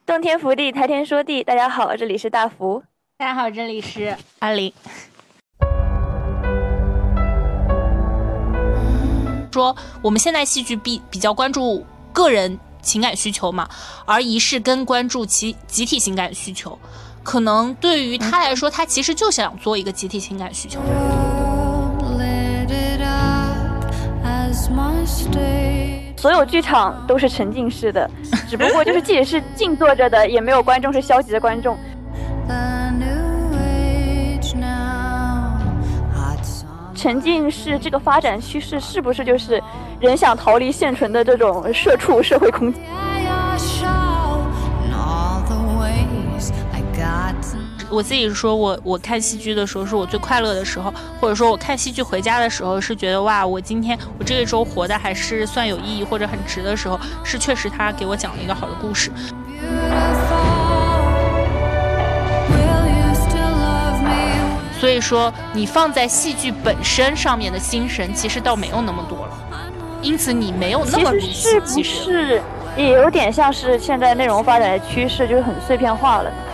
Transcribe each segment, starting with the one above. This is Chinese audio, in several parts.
洞天福地，台天说地。大家好，这里是大福。 大家好，这里是阿林。说我们现在戏剧比较关注个人情感需求嘛，而仪式更关注其集体情感需求。可能对于他来说，他其实就想做一个集体情感需求。 所有剧场都是沉浸式的，只不过就是即使是静坐着的，也没有观众是消极的观众。沉浸式这个发展趋势是不是就是人想逃离现存的这种社畜社会空间？ 我自己说我看戏剧的时候是我最快乐的时候，或者说我看戏剧回家的时候是觉得哇，我今天我这一周活的还是算有意义或者很值的时候，是确实他给我讲了一个好的故事。所以说你放在戏剧本身上面的心神其实倒没有那么多了，因此你没有那么其实是不是也有点像是现在内容发展的趋势，就是很碎片化了呢？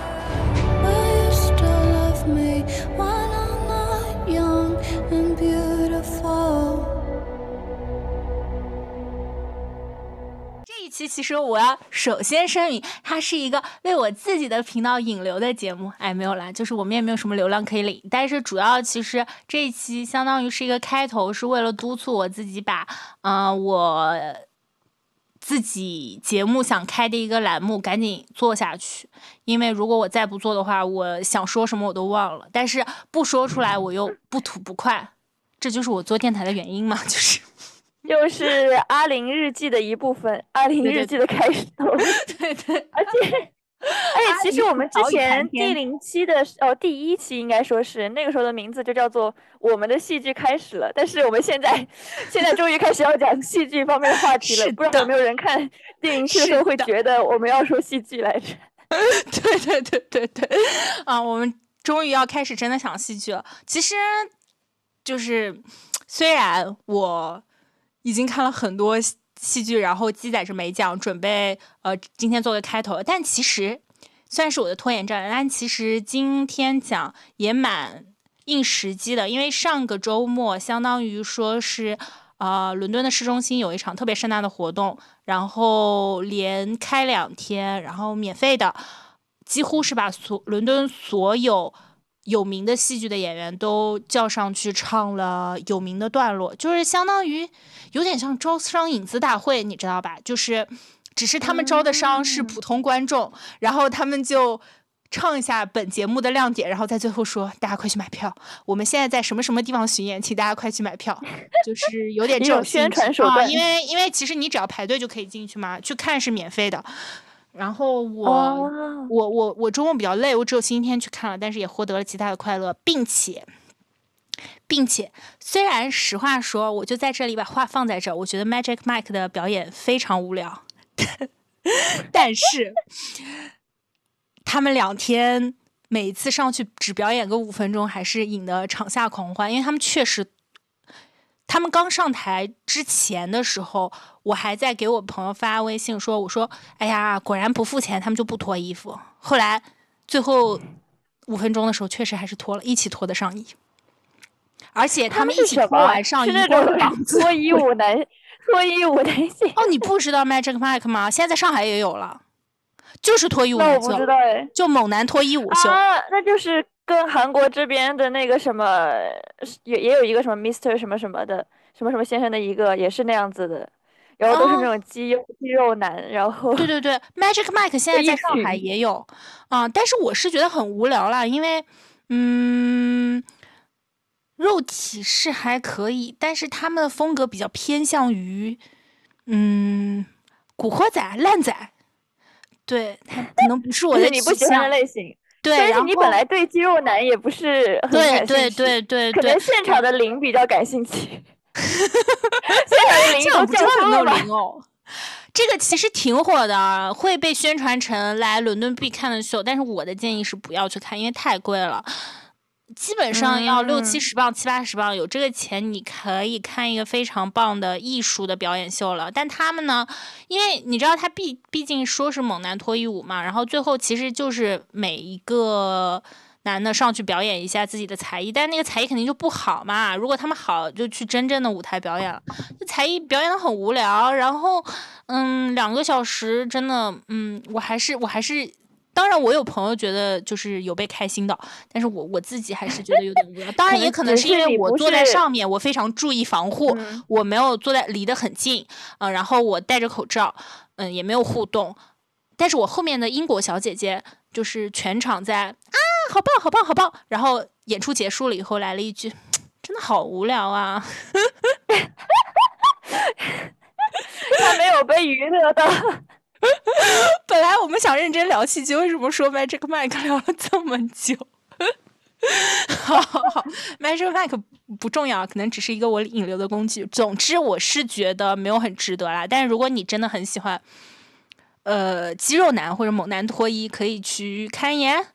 其实我要首先声明，它是一个为我自己的频道引流的节目。没有啦，就是我们也没有什么流量可以领，但是主要其实这一期相当于是一个开头，是为了督促我自己把我自己节目想开的一个栏目赶紧做下去。因为如果我再不做的话，我想说什么我都忘了，但是不说出来我又不吐不快，这就是我做电台的原因嘛， 就是阿林日记的一部分，阿林日记的开始。 对对， 而且其实我们之前第一期应该说是那个时候的名字就叫做我们的戏剧开始了，但是我们现在终于开始要讲戏剧方面的话题了。不知道有没有人看第零期的时候会觉得我们要说戏剧来着？ 对我们终于要开始真的讲戏剧了。其实就是虽然我已经看了很多戏剧，然后积攒着没讲，准备今天做个开头，但其实虽然是我的拖延症，但其实今天讲也蛮应时机的，因为上个周末相当于说是伦敦的市中心有一场特别盛大的活动，然后连开2天，然后免费的，几乎是把伦敦所有名的戏剧的演员都叫上去唱了有名的段落，就是相当于有点像招商引资大会，你知道吧？就是只是他们招的商是普通观众，然后他们就唱一下本节目的亮点，然后在最后说大家快去买票，我们现在在什么什么地方巡演，请大家快去买票，就是有点这种宣传手段。 因为其实你只要排队就可以进去嘛，去看是免费的。然后我周末比较累，我只有星期天去看了，但是也获得了极大的快乐，并且虽然实话说，我就在这里把话放在这儿，我觉得 Magic Mike 的表演非常无聊，但是他们2天每一次上去只表演个5分钟，还是引得场下狂欢，因为他们确实。他们刚上台之前的时候，我还在给我朋友发微信说，我说哎呀，果然不付钱他们就不脱衣服。后来最后5分钟的时候确实还是脱了，一起脱的上衣，而且他们一起脱完上衣， 是那种脱衣舞男性。 哦，你不知道 Magic Mike 吗？现在在上海也有了，就是脱衣舞男秀。那我不知道就猛男脱衣舞秀那就是跟韩国这边的那个什么也有一个什么 Mr 什么什么的什么什么先生的一个也是那样子的，然后都是那种肌肉男，然后对，Magic Mike 现在在上海也有但是我是觉得很无聊啦，因为肉体是还可以，但是他们的风格比较偏向于古惑仔烂仔，对，他可能不是我的你不喜欢的类型。 对， 但是你本来对肌肉男也不是很感兴趣， 对， 可能现场的零比较感兴趣。现场的零都叫疯了吧？ 这个其实挺火的，会被宣传成来伦敦必看的秀，但是我的建议是不要去看，因为太贵了。 基本上要60-70磅、70-80磅，有这个钱你可以看一个非常棒的艺术的表演秀了。但他们呢，因为你知道他毕竟说是猛男脱衣舞嘛，然后最后其实就是每一个男的上去表演一下自己的才艺，但那个才艺肯定就不好嘛。如果他们好，就去真正的舞台表演了。这才艺表演的很无聊，然后2个小时真的，我还是。当然，我有朋友觉得就是有被开心到，但是我自己还是觉得有点无聊。当然，也可能是因为我坐在上面，我非常注意防护，我没有离得很近，然后我戴着口罩，也没有互动。但是我后面的英国小姐姐就是全场在啊，好棒，好棒，好棒！然后演出结束了以后来了一句，真的好无聊啊。 他没有被娱乐到。 本来我们想认真聊戏剧，为什么说 Magic Mike 聊了这么久？好 Magic Mike 不重要，可能只是一个我引流的工具。总之我是觉得没有很值得啦，但是如果你真的很喜欢肌肉男或者猛男脱衣，可以去看一眼。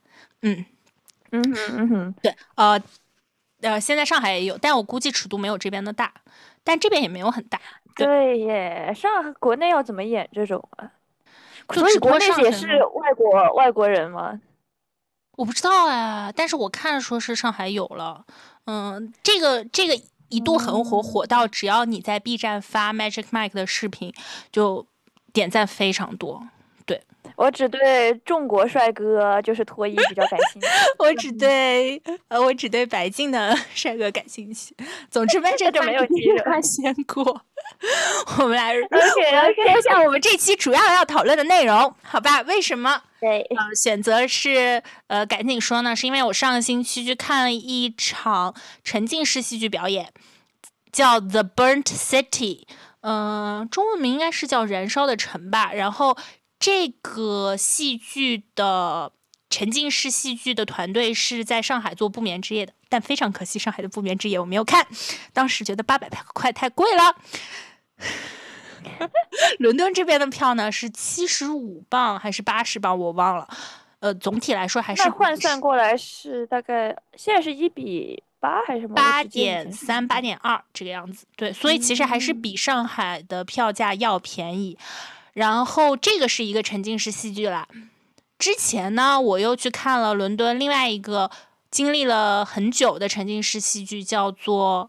对，现在上海也有，但我估计尺度没有这边的大，但这边也没有很大。 对耶，国内要怎么演这种啊？所以国内也是外国人吗？ 我不知道啊，但是我看说是上海有了。这个一度很火到只要你在 B 站发 Magic Mike 的视频，就点赞非常多。对， 我只对中国帅哥就是脱衣比较感兴趣。 我只对白净的帅哥感兴趣。总之 Magic 就没有肌肉发现过。我们来说一下我们这期主要要讨论的内容，好吧？为什么选择是赶紧说呢？是因为我上个星期去看了一场沉浸式戏剧表演，叫 The Burnt City， 中文名应该是叫燃烧的城吧。然后这个戏剧的沉浸式戏剧的团队是在上海做不眠之夜的，但非常可惜上海的不眠之夜我没有看，当时觉得800块太贵了。伦敦这边的票呢是75磅还是80磅我忘了，总体来说还是换算过来是大概现在是1:8还是什么 8.3、8.2这个样子。对，所以其实还是比上海的票价要便宜。然后这个是一个沉浸式戏剧啦。之前呢我又去看了伦敦另外一个经历了很久的沉浸式戏剧，叫做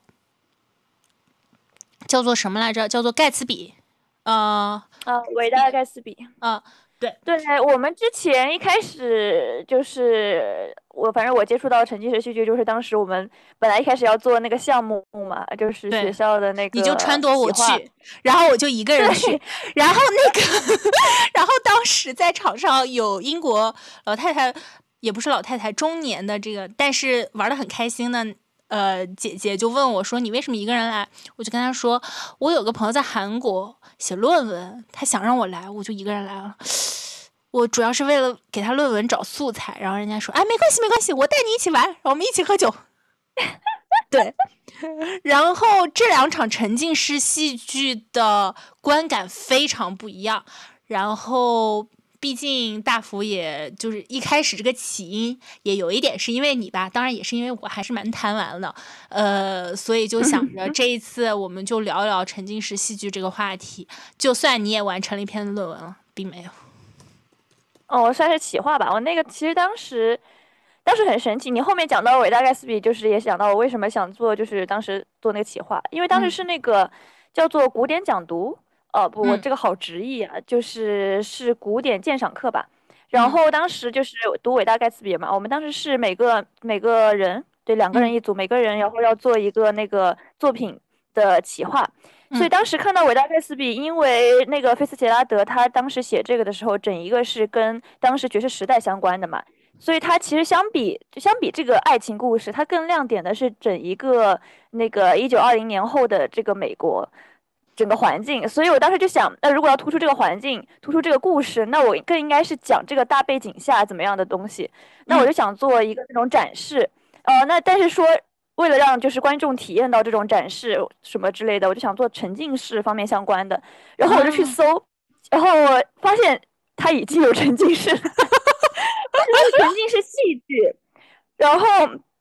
什么来着？叫做盖茨比。 伟大的盖茨比。对，我们之前一开始就是反正我接触到沉浸式戏剧，就是当时我们本来一开始要做那个项目嘛，就是学校的那个， 你就撺掇我去，然后我就一个人去，然后然后当时在场上有英国老太太，也不是老太太，中年的这个，但是玩得很开心的姐姐就问我说你为什么一个人来？我就跟她说我有个朋友在韩国写论文，他想让我来，我就一个人来了。我主要是为了给他论文找素材，然后人家说没关系，我带你一起玩，我们一起喝酒。对，然后这2场沉浸式戏剧的观感非常不一样，然后毕竟大福也就是一开始这个起因也有一点是因为你吧，当然也是因为我还是蛮贪玩的，所以就想着这一次我们就聊聊沉浸式戏剧这个话题，就算你也完成了一篇论文了，并没有。 我算是企划吧。我那个其实当时很神奇。你后面讲到伟大盖茨比，就是也想到我为什么想做，就是当时做那个企划，因为当时是那个叫做古典讲读。不，我这个好直译啊，就是古典鉴赏课吧。然后当时就是读伟大盖茨比嘛，我们当时是每个人，对，2个人一组，每个人然后要做一个那个作品的企划。所以当时看到伟大盖茨比，因为那个菲茨杰拉德他当时写这个的时候，整一个是跟当时爵士时代相关的嘛，所以他其实相比这个爱情故事，它更亮点的是整一个那个1920年后的这个美国整个环境。所以我当时就想，如果要突出这个环境，突出这个故事，那我更应该是讲这个大背景下怎么样的东西。那我就想做一个那种展示。那但是说为了让就是观众体验到这种展示什么之类的，我就想做沉浸式方面相关的。然后我就去搜，然后我发现它已经有沉浸式，沉浸式戏剧。然后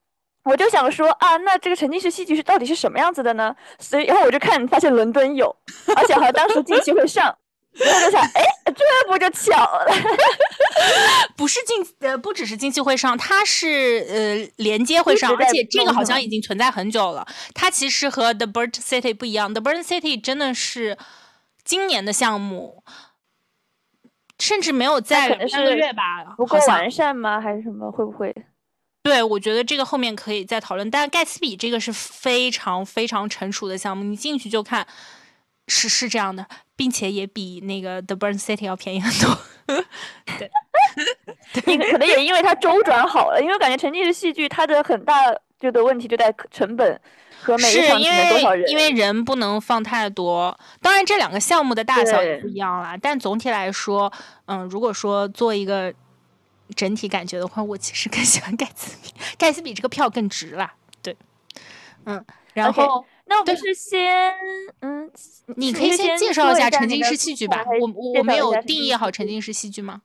我就想说啊，那这个沉浸式戏剧到底是什么样子的呢？所以然后我就看发现伦敦有，而且好像当时近期会上，然后就想，哎，这不就巧了？ 不只是近期会上，它是连接会上，而且这个好像已经存在很久了。它其实和 The Burnt City 不一样， The Burnt City 真的是今年的项目，甚至没有在2-3个月吧， 不够完善吗？还是什么？会不会？ 对，我觉得这个后面可以再讨论。但盖茨比这个是非常非常成熟的项目，你进去就看是这样的，并且也比那个 The Burnt City 要便宜很多。对， 可能也因为它周转好了，因为我感觉沉浸式戏剧它的很大的问题就在成本和每一场只能多少人， 因为人不能放太多。当然这2个项目的大小也不一样啦，但总体来说，如果说做一个整体感觉的话，我其实更喜欢盖茨比，盖茨比这个票更值啦。对，然后、 okay, 那我们是先， 你可以先介绍一下沉浸式戏剧吧。我没有定义好沉浸式戏剧吗？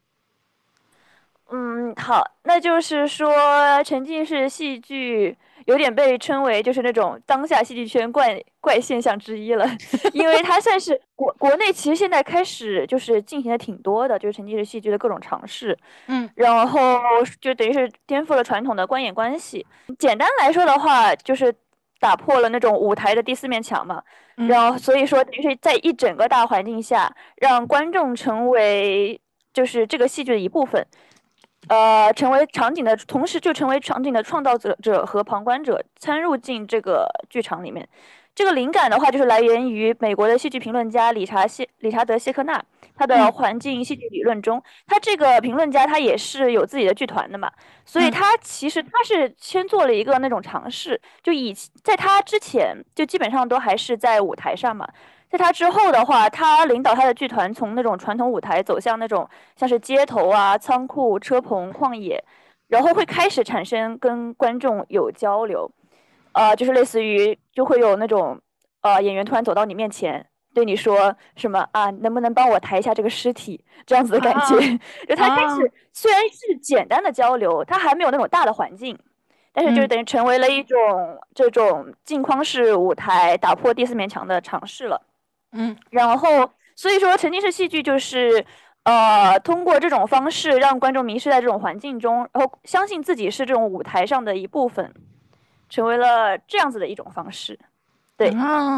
好，那就是说沉浸式戏剧有点被称为就是那种当下戏剧圈怪现象之一了，因为它算是国内其实现在开始就是进行的挺多的，就是沉浸式戏剧的各种尝试，然后就等于是颠覆了传统的观演关系。简单来说的话，就是打破了那种舞台的第4面墙嘛，然后所以说等于是在一整个大环境下，让观众成为就是这个戏剧的一部分。成为场景的同时，就成为场景的创造者和旁观者，参入进这个剧场里面。这个灵感的话，就是来源于美国的戏剧评论家理查德·谢克纳，他的环境戏剧理论中，他这个评论家他也是有自己的剧团的嘛，所以他其实他是先做了一个那种尝试，就在他之前就基本上都还是在舞台上嘛。在他之后的话，他领导他的剧团从那种传统舞台走向那种像是街头啊、仓库、车棚、旷野，然后会开始产生跟观众有交流，就是类似于就会有那种演员突然走到你面前，对你说什么啊，能不能帮我抬一下这个尸体这样子的感觉？就他开始虽然是简单的交流，他还没有那种大的环境。但是就等于成为了一种这种镜框式舞台打破第4面墙的尝试了。然后所以说沉浸式戏剧就是通过这种方式让观众迷失在这种环境中，然后相信自己是这种舞台上的一部分，成为了这样子的一种方式。对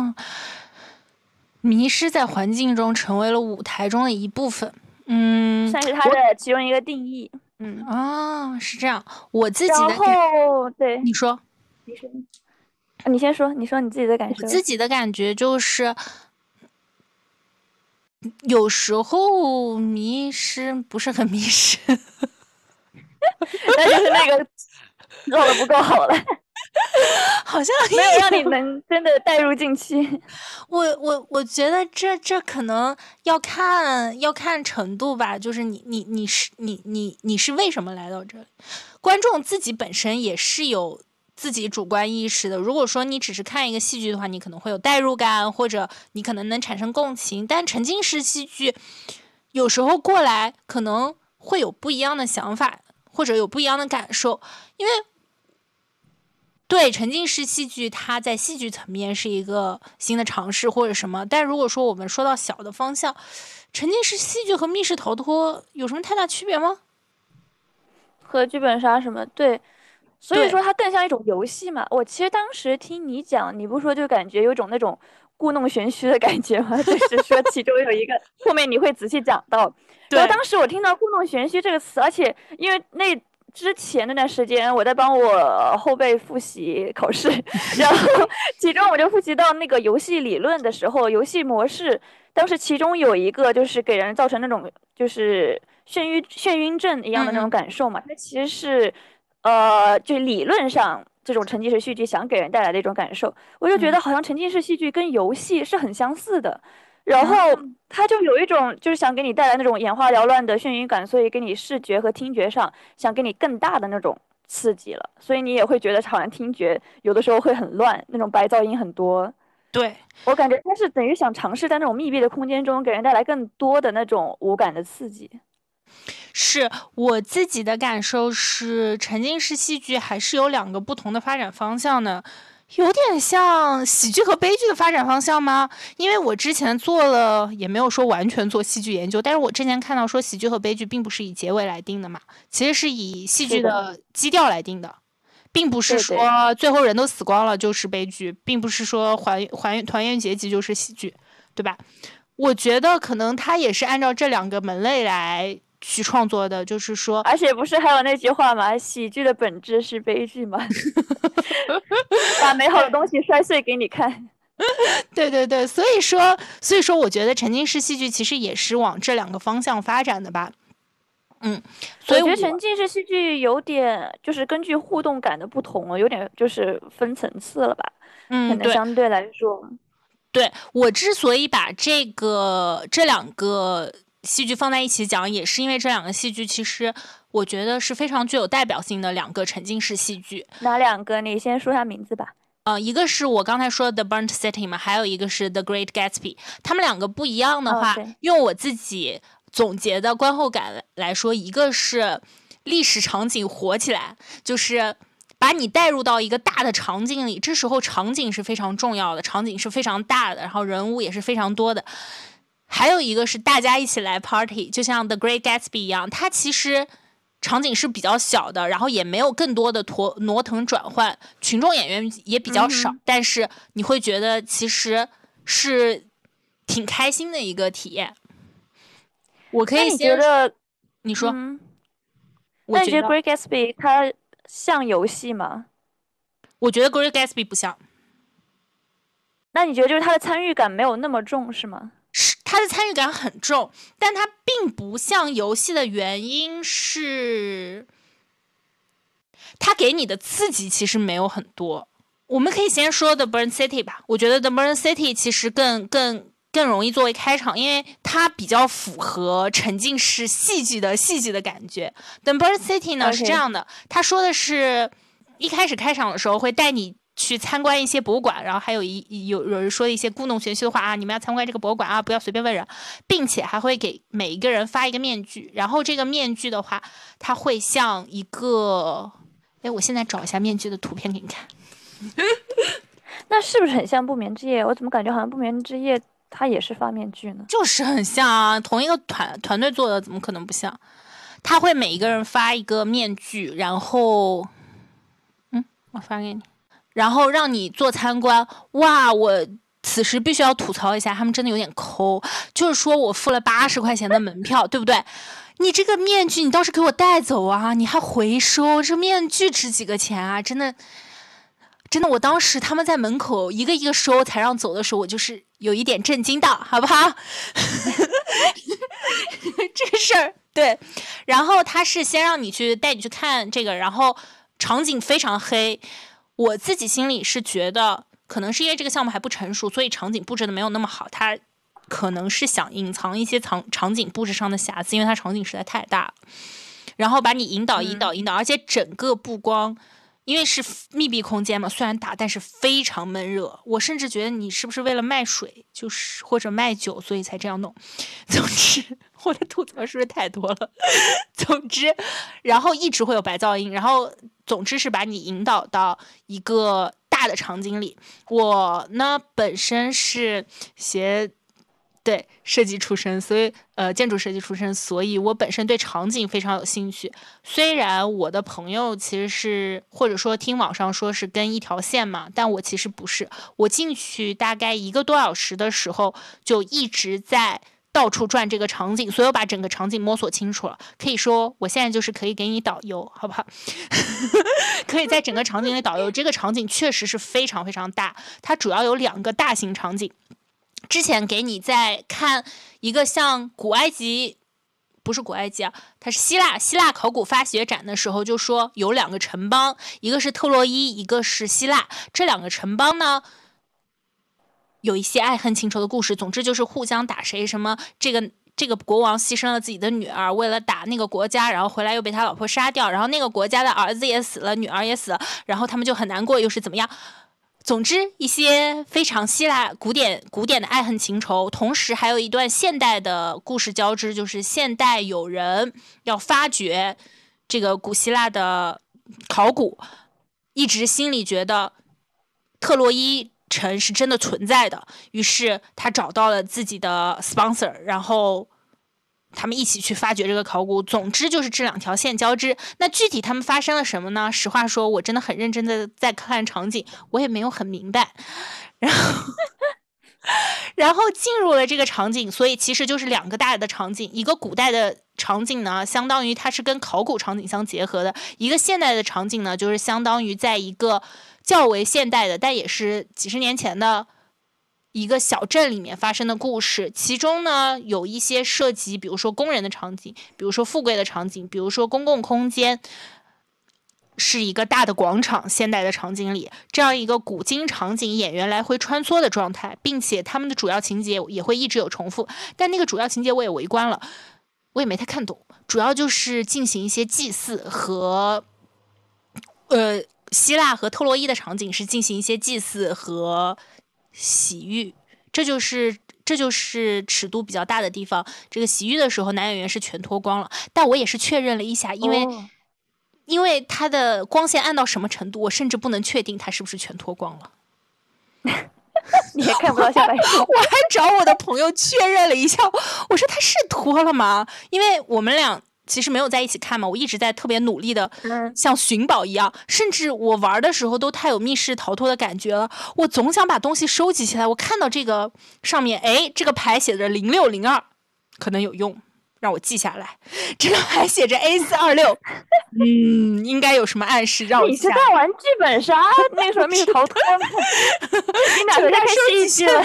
迷失在环境中成为了舞台中的一部分， 算是它的其中一个定义。 是这样。我自己的然后对你说你先说，你说你自己的感受。 我自己的感觉就是有时候迷失不是很迷失那就是那个做的不够好了好像没有让你能真的带入进去。 我觉得这可能要看程度吧，就是你是为什么来到这里？观众自己本身也是有自己主观意识的。如果说你只是看一个戏剧的话，你可能会有代入感，或者你可能能产生共情。但沉浸式戏剧有时候过来可能会有不一样的想法，或者有不一样的感受，因为对沉浸式戏剧它在戏剧层面是一个新的尝试或者什么，但如果说我们说到小的方向，沉浸式戏剧和密室逃脱有什么太大区别吗？ 和剧本杀什么？对，所以说它更像一种游戏嘛。我其实当时听你讲，你不说就感觉有种那种故弄玄虚的感觉吗？就是说其中有一个后面你会仔细讲到。然后当时我听到故弄玄虚这个词，而且因为之前那段时间我在帮我后辈复习考试，然后其中我就复习到那个游戏理论的时候，游戏模式当时其中有一个就是给人造成那种就是眩晕症一样的那种感受嘛，它其实是就理论上这种沉浸式戏剧想给人带来的一种感受，我就觉得好像沉浸式戏剧跟游戏是很相似的。然后它就有一种就是想给你带来那种眼花缭乱的眩晕感，所以给你视觉和听觉上想给你更大的那种刺激了，所以你也会觉得好像听觉有的时候会很乱，那种白噪音很多。 对， 我感觉它是等于想尝试在那种密闭的空间中给人带来更多的那种五感的刺激。 是我自己的感受是，沉浸式戏剧还是有2个不同的发展方向呢。有点像喜剧和悲剧的发展方向吗？因为我之前做了，也没有说完全做戏剧研究，但是我之前看到说喜剧和悲剧并不是以结尾来定的嘛，其实是以戏剧的基调来定的，并不是说最后人都死光了就是悲剧，并不是说团圆结局就是喜剧，对吧？我觉得可能他也是按照这2个门类来去创作的，就是说， 而且不是还有那句话吗？喜剧的本质是悲剧吗？把美好的东西摔碎给你看。 对对对，所以说，我觉得沉浸式戏剧其实也是往这2个方向发展的吧。所以我觉得沉浸式戏剧有点就是根据互动感的不同，有点就是分层次了吧。可能相对来说， 对，我之所以把这2个戏剧放在一起讲，也是因为这2个戏剧其实我觉得是非常具有代表性的2个沉浸式戏剧。 哪2个？你先说下名字吧。 一个是我刚才说的 The Burnt City 嘛，还有一个是 The Great Gatsby。他们2个不一样的话，用我自己总结的观后感来说，一个是历史场景活起来，就是把你带入到一个大的场景里，这时候场景是非常重要的，场景是非常大的，然后人物也是非常多的。还有一个是大家一起来 party， 就像 The Great Gatsby 一样，它其实场景是比较小的，然后也没有更多的挪腾转换，群众演员也比较少，但是你会觉得其实是挺开心的一个体验。我可以先觉得， 你说， 那你觉得 Great Gatsby 它像游戏吗？ 我觉得 Great Gatsby 不像。 那你觉得就是它的参与感没有那么重是吗？ 是，它的参与感很重，但它并不像游戏的原因是，它给你的刺激其实没有很多。我们可以先说 The Burnt City 吧，我觉得 The Burnt City 其实更容易作为开场，因为它比较符合沉浸式戏剧的感觉。The Burnt City 呢是这样的，他说的是一开始开场的时候会带你去参观一些博物馆，然后还有有人说一些故弄玄虚的话啊，你们要参观这个博物馆啊，不要随便问人，并且还会给每一个人发一个面具，然后这个面具的话，它会像一个，我现在找一下面具的图片给你看。 那是不是很像不眠之夜？我怎么感觉好像不眠之夜它也是发面具呢？ 就是很像啊，同一个团队做的，怎么可能不像？他会每一个人发一个面具，然后，我发给你，然后让你做参观。哇，我此时必须要吐槽一下，他们真的有点抠。就是说我付了80块钱的门票，对不对？你这个面具你倒是给我带走啊，你还回收，这面具值几个钱啊？真的，我当时他们在门口一个一个收才让走的时候，我就是有一点震惊的，好不好？这个事儿对，然后他是先让你带你去看这个，然后场景非常黑，我自己心里是觉得可能是因为这个项目还不成熟，所以场景布置的没有那么好，他可能是想隐藏一些场景布置上的瑕疵，因为它场景实在太大了，然后把你引导，而且整个布光因为是密闭空间嘛，虽然大，但是非常闷热。我甚至觉得你是不是为了卖水，就是或者卖酒，所以才这样弄。总之，我的吐槽是不是太多了？总之，然后一直会有白噪音，然后总之是把你引导到一个大的场景里。我呢本身是对设计出身，所以建筑设计出身，所以我本身对场景非常有兴趣。虽然我的朋友其实是或者说听网上说是跟一条线嘛，但我其实不是。我进去大概1个多小时的时候，就一直在到处转这个场景，所以我把整个场景摸索清楚了。可以说我现在就是可以给你导游，好不好？可以在整个场景里导游。这个场景确实是非常非常大，它主要有2个大型场景。之前给你在看一个像古埃及，不是古埃及啊，它是希腊考古发掘展的时候就说有2个城邦，一个是特洛伊，一个是希腊。这2个城邦呢，有一些爱恨情仇的故事，总之就是互相打谁，什么这个国王牺牲了自己的女儿，为了打那个国家，然后回来又被他老婆杀掉，然后那个国家的儿子也死了，女儿也死了，然后他们就很难过，又是怎么样？ 总之，一些非常希腊古典的爱恨情仇，同时还有一段现代的故事交织，就是现代有人要发掘这个古希腊的考古，一直心里觉得特洛伊城是真的存在的，于是他找到了自己的 sponsor， 然后他们一起去发掘这个考古。总之就是这两条线交织。那具体他们发生了什么呢？实话说，我真的很认真的在看场景，我也没有很明白。然后进入了这个场景，所以其实就是两个大的场景，一个古代的场景呢，相当于它是跟考古场景相结合的；一个现代的场景呢，就是相当于在一个较为现代的，但也是几十年前的一个小镇里面发生的故事。其中呢，有一些涉及，比如说工人的场景，比如说富贵的场景，比如说公共空间。是一个大的广场，现代的场景里，这样一个古今场景演员来回穿梭的状态，并且他们的主要情节也会一直有重复，但那个主要情节我也围观了，我也没太看懂，主要就是进行一些祭祀和希腊和特洛伊的场景是进行一些祭祀和洗浴，这就是尺度比较大的地方。这个洗浴的时候，男演员是全脱光了，但我也是确认了一下，因为他的光线暗到什么程度，我甚至不能确定他是不是全脱光了。 你也看不到下半身。 我还找我的朋友确认了一下，我说他是脱了吗？因为我们俩其实没有在一起看嘛，我一直在特别努力的像寻宝一样，甚至我玩的时候都太有密室逃脱的感觉了，我总想把东西收集起来。我看到这个上面，哎，这个牌写着0602，可能有用，让我记下来。这个还写着 A426，应该有什么暗示让我记下来。 你是在玩剧本杀？那个什么密室逃脱吗？你俩在看戏剧了？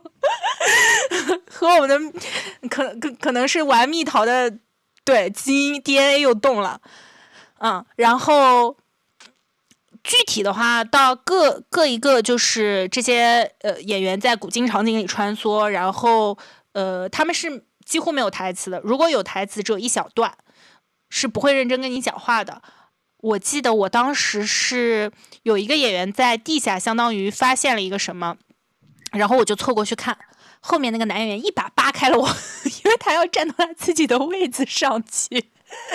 和我们的可能是玩蜜桃的，对，基因 DNA 又动了，然后具体的话，到各一个就是这些演员在古今场景里穿梭，然后他们是几乎没有台词的，如果有台词只有一小段，是不会认真跟你讲话的。我记得我当时是有一个演员在地下相当于发现了一个什么，然后我就凑过去看，后面那个男演员一把扒开了我，因为他要站到他自己的位子上去。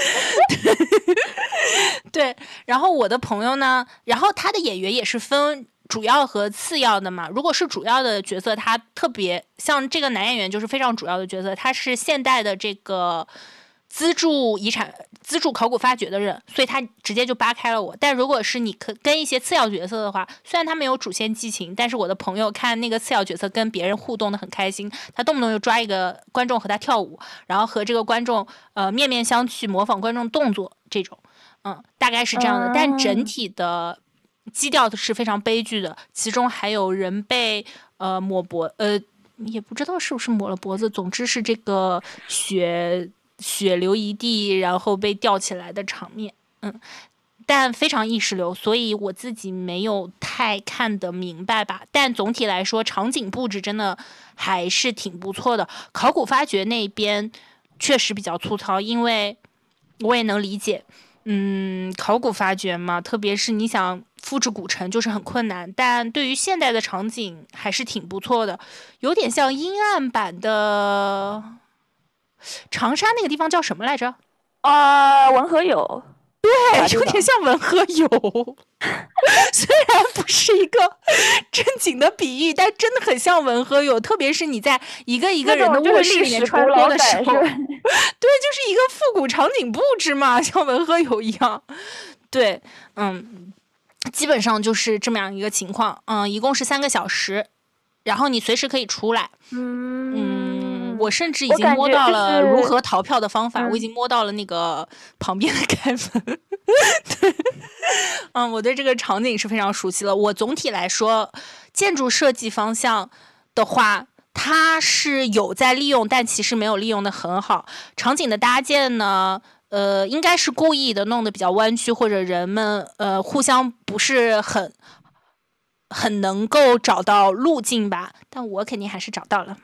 对，然后我的朋友呢，然后他的演员也是分主要和次要的嘛。如果是主要的角色，他特别像这个男演员就是非常主要的角色，他是现代的这个资助考古发掘的人，所以他直接就扒开了我。但如果是你跟一些次要角色的话，虽然他没有主线剧情，但是我的朋友看那个次要角色跟别人互动的很开心，他动不动就抓一个观众和他跳舞，然后和这个观众面面相觑，模仿观众动作这种，大概是这样的。但整体的基调是非常悲剧的，其中还有人被抹脖，也不知道是不是抹了脖子，总之是这个血流一地，然后被吊起来的场面，但非常意识流，所以我自己没有太看得明白吧。但总体来说，场景布置真的还是挺不错的。考古发掘那边确实比较粗糙，因为我也能理解，考古发掘嘛，特别是你想复制古城就是很困难，但对于现代的场景还是挺不错的，有点像阴暗版的长沙那个地方叫什么来着？ 文和友。 对，有点像文和友。虽然不是一个正经的比喻，但真的很像文和友。特别是你在一个人的卧室里面穿梭的时候，对，就是一个复古场景布置嘛，像文和友一样。对，基本上就是这么样一个情况。一共是3个小时，然后你随时可以出来。我甚至已经摸到了如何逃票的方法，我已经摸到了那个旁边的开门。对，我对这个场景是非常熟悉了。我总体来说，建筑设计方向的话，它是有在利用，但其实没有利用的很好。场景的搭建呢，应该是故意的，弄得比较弯曲，或者人们互相不是很能够找到路径吧。但我肯定还是找到了。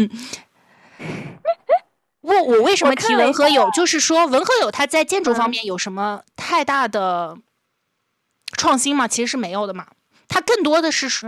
我为什么提文和友？就是说文和友它在建筑方面有什么太大的创新吗？其实是没有的嘛。 它更多的是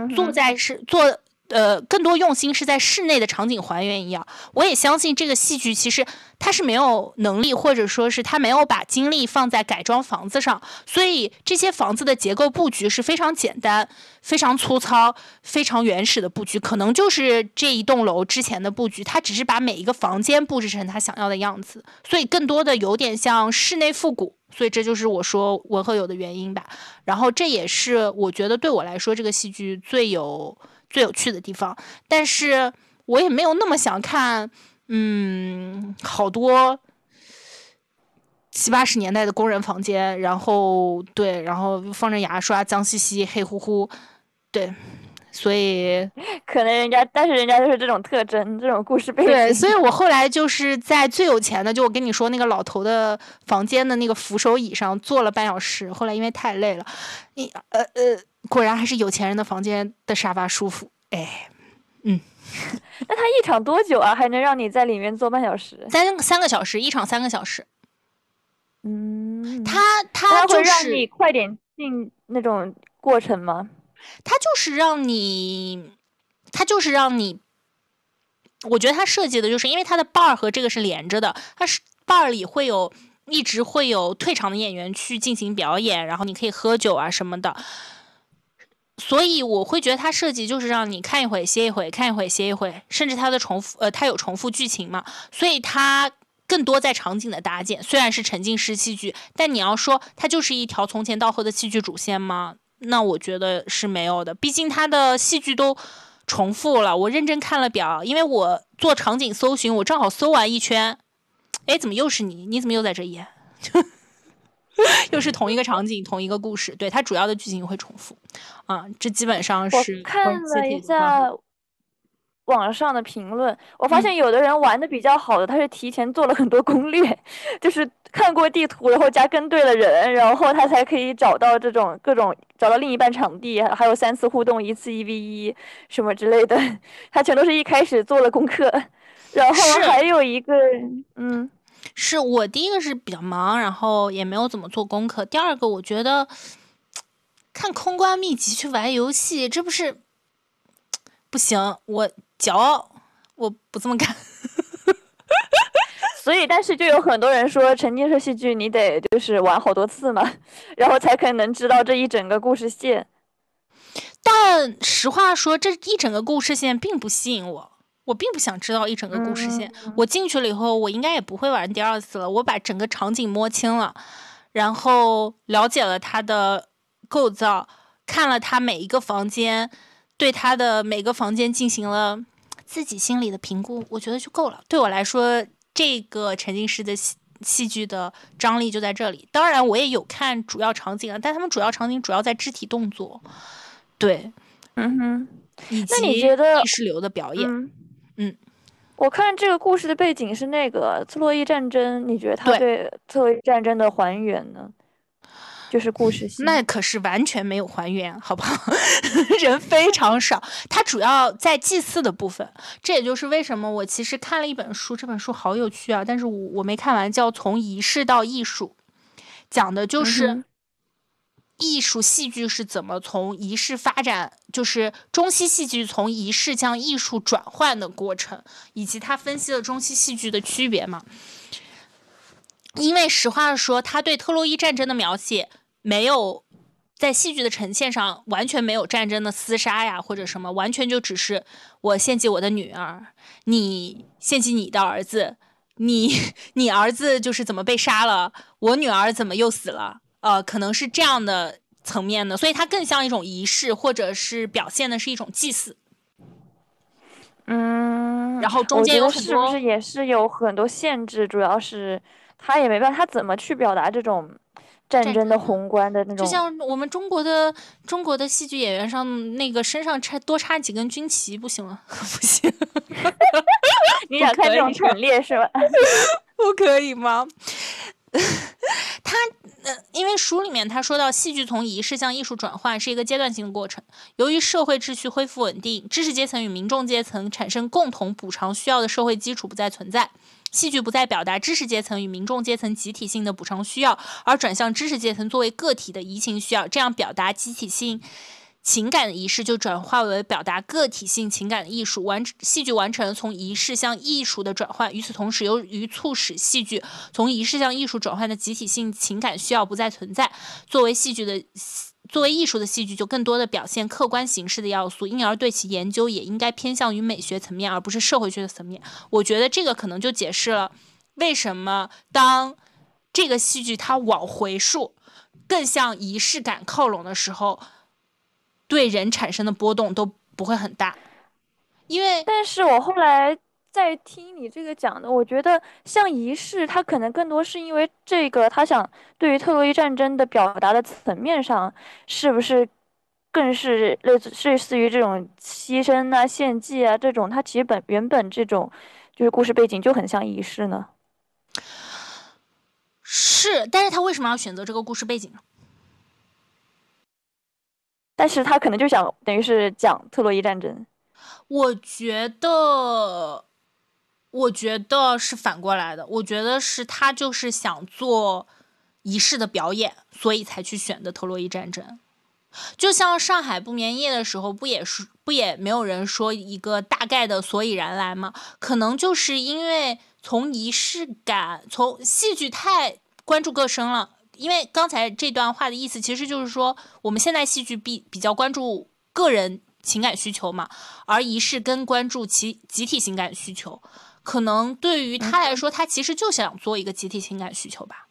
更多用心是在室内的场景还原一样。我也相信这个戏剧其实它是没有能力，或者说是它没有把精力放在改装房子上，所以这些房子的结构布局是非常简单、非常粗糙、非常原始的布局，可能就是这一栋楼之前的布局，它只是把每一个房间布置成他想要的样子，所以更多的有点像室内复古。所以这就是我说文和友的原因吧。然后这也是我觉得对我来说这个戏剧最有趣的地方，但是我也没有那么想看，好多70、80年代的工人房间，然后放着牙刷，脏兮兮，黑乎乎，对，所以可能但是人家就是这种特征，这种故事背景。 对，所以我后来就是在最有钱的，就我跟你说那个老头的房间的那个扶手椅上坐了半小时，后来因为太累了，果然还是有钱人的房间的沙发舒服，哎。 那他一场多久啊？还能让你在里面坐半小时 ？3个小时，一场3个小时。他会让你快点进那种过程吗？ 他就是让你，我觉得他设计的就是因为他的 bar 和这个是连着的，他是 bar 里一直会有退场的演员去进行表演，然后你可以喝酒啊什么的。所以我会觉得它设计就是让你看一会歇一会，看一会歇一会，甚至它有重复剧情嘛，所以它更多在场景的搭建。虽然是沉浸式戏剧，但你要说它就是一条从前到后的戏剧主线吗？那我觉得是没有的，毕竟它的戏剧都重复了。我认真看了表，因为我做场景搜寻，我正好搜完一圈，哎，怎么又是你？你怎么又在这演？又是同一个场景，同一个故事，对，它主要的剧情会重复，这基本上是。 我看了一下网上的评论，我发现有的人玩的比较好的，他是提前做了很多攻略，就是看过地图，然后加跟对了人，然后他才可以找到这种找到另一半场地，还有3次互动，1次1v1什么之类的，他全都是一开始做了功课，然后还有一个是我第一个是比较忙，然后也没有怎么做功课。第二个，我觉得看空关秘籍去玩游戏，这不是不行，我骄傲，我不这么干。 所以，但是就有很多人说，沉浸式戏剧你得就是玩好多次嘛，然后才可能知道这一整个故事线。 但实话说，这一整个故事线并不吸引我。我并不想知道一整个故事线，我进去了以后，我应该也不会玩第2次了。我把整个场景摸清了，然后了解了它的构造，看了它每一个房间，对它的每个房间进行了自己心里的评估，我觉得就够了。对我来说，这个沉浸式的戏剧的张力就在这里。当然，我也有看主要场景啊，但他们主要场景主要在肢体动作，对，以及意识流的表演。 我看这个故事的背景是那个特洛伊战争，你觉得他对特洛伊战争的还原呢？就是故事性， 那可是完全没有还原，好不好？人非常少，它主要在祭祀的部分。这也就是为什么我其实看了一本书，这本书好有趣啊，但是我没看完，叫《从仪式到艺术》，讲的就是艺术戏剧是怎么从仪式发展，就是中西戏剧从仪式向艺术转换的过程，以及他分析了中西戏剧的区别嘛。因为实话说，他对特洛伊战争的描写没有在戏剧的呈现上完全没有战争的厮杀呀或者什么，完全就只是我献祭我的女儿，你献祭你的儿子，你儿子就是怎么被杀了，我女儿怎么又死了，可能是这样的层面的，所以它更像一种仪式，或者是表现的是一种祭祀。然后中间有很多， 是不是也是有很多限制？主要是他也没办法，他怎么去表达这种战争的宏观的那种？ 就像我们中国的戏剧演员上那个身上多插几根军旗不行了，不行。 你想看这种陈列是吧？ 不可以吗？因为书里面他说到，戏剧从仪式向艺术转换是一个阶段性的过程。由于社会秩序恢复稳定，知识阶层与民众阶层产生共同补偿需要的社会基础不再存在，戏剧不再表达知识阶层与民众阶层集体性的补偿需要，而转向知识阶层作为个体的移情需要。这样表达集体性情感的仪式就转化为表达个体性情感的艺术，戏剧完成了从仪式向艺术的转换，与此同时由于促使戏剧从仪式向艺术转换的集体性情感需要不再存在，作为艺术的戏剧就更多的表现客观形式的要素，因而对其研究也应该偏向于美学层面而不是社会学的层面。我觉得这个可能就解释了为什么当这个戏剧它往回溯更向仪式感靠拢的时候，对人产生的波动都不会很大。 但是我后来在听你这个讲的，我觉得像仪式，它可能更多是因为这个，他想对于特洛伊战争的表达的层面上，是不是更是类似于这种牺牲啊、献祭啊这种，它其实原本这种就是故事背景就很像仪式呢？ 是，但是他为什么要选择这个故事背景呢？ 但是他可能就想等于是讲特洛伊战争。 我觉得是反过来的，我觉得是他就是想做仪式的表演，所以才去选的特洛伊战争。就像上海不眠夜的时候，不也没有人说一个大概的所以然来吗？可能就是因为从仪式感，从戏剧太关注个身了。因为刚才这段话的意思其实就是说，我们现在戏剧比较关注个人情感需求嘛，而仪式更关注其集体情感需求。可能对于他来说，他其实就想做一个集体情感需求吧。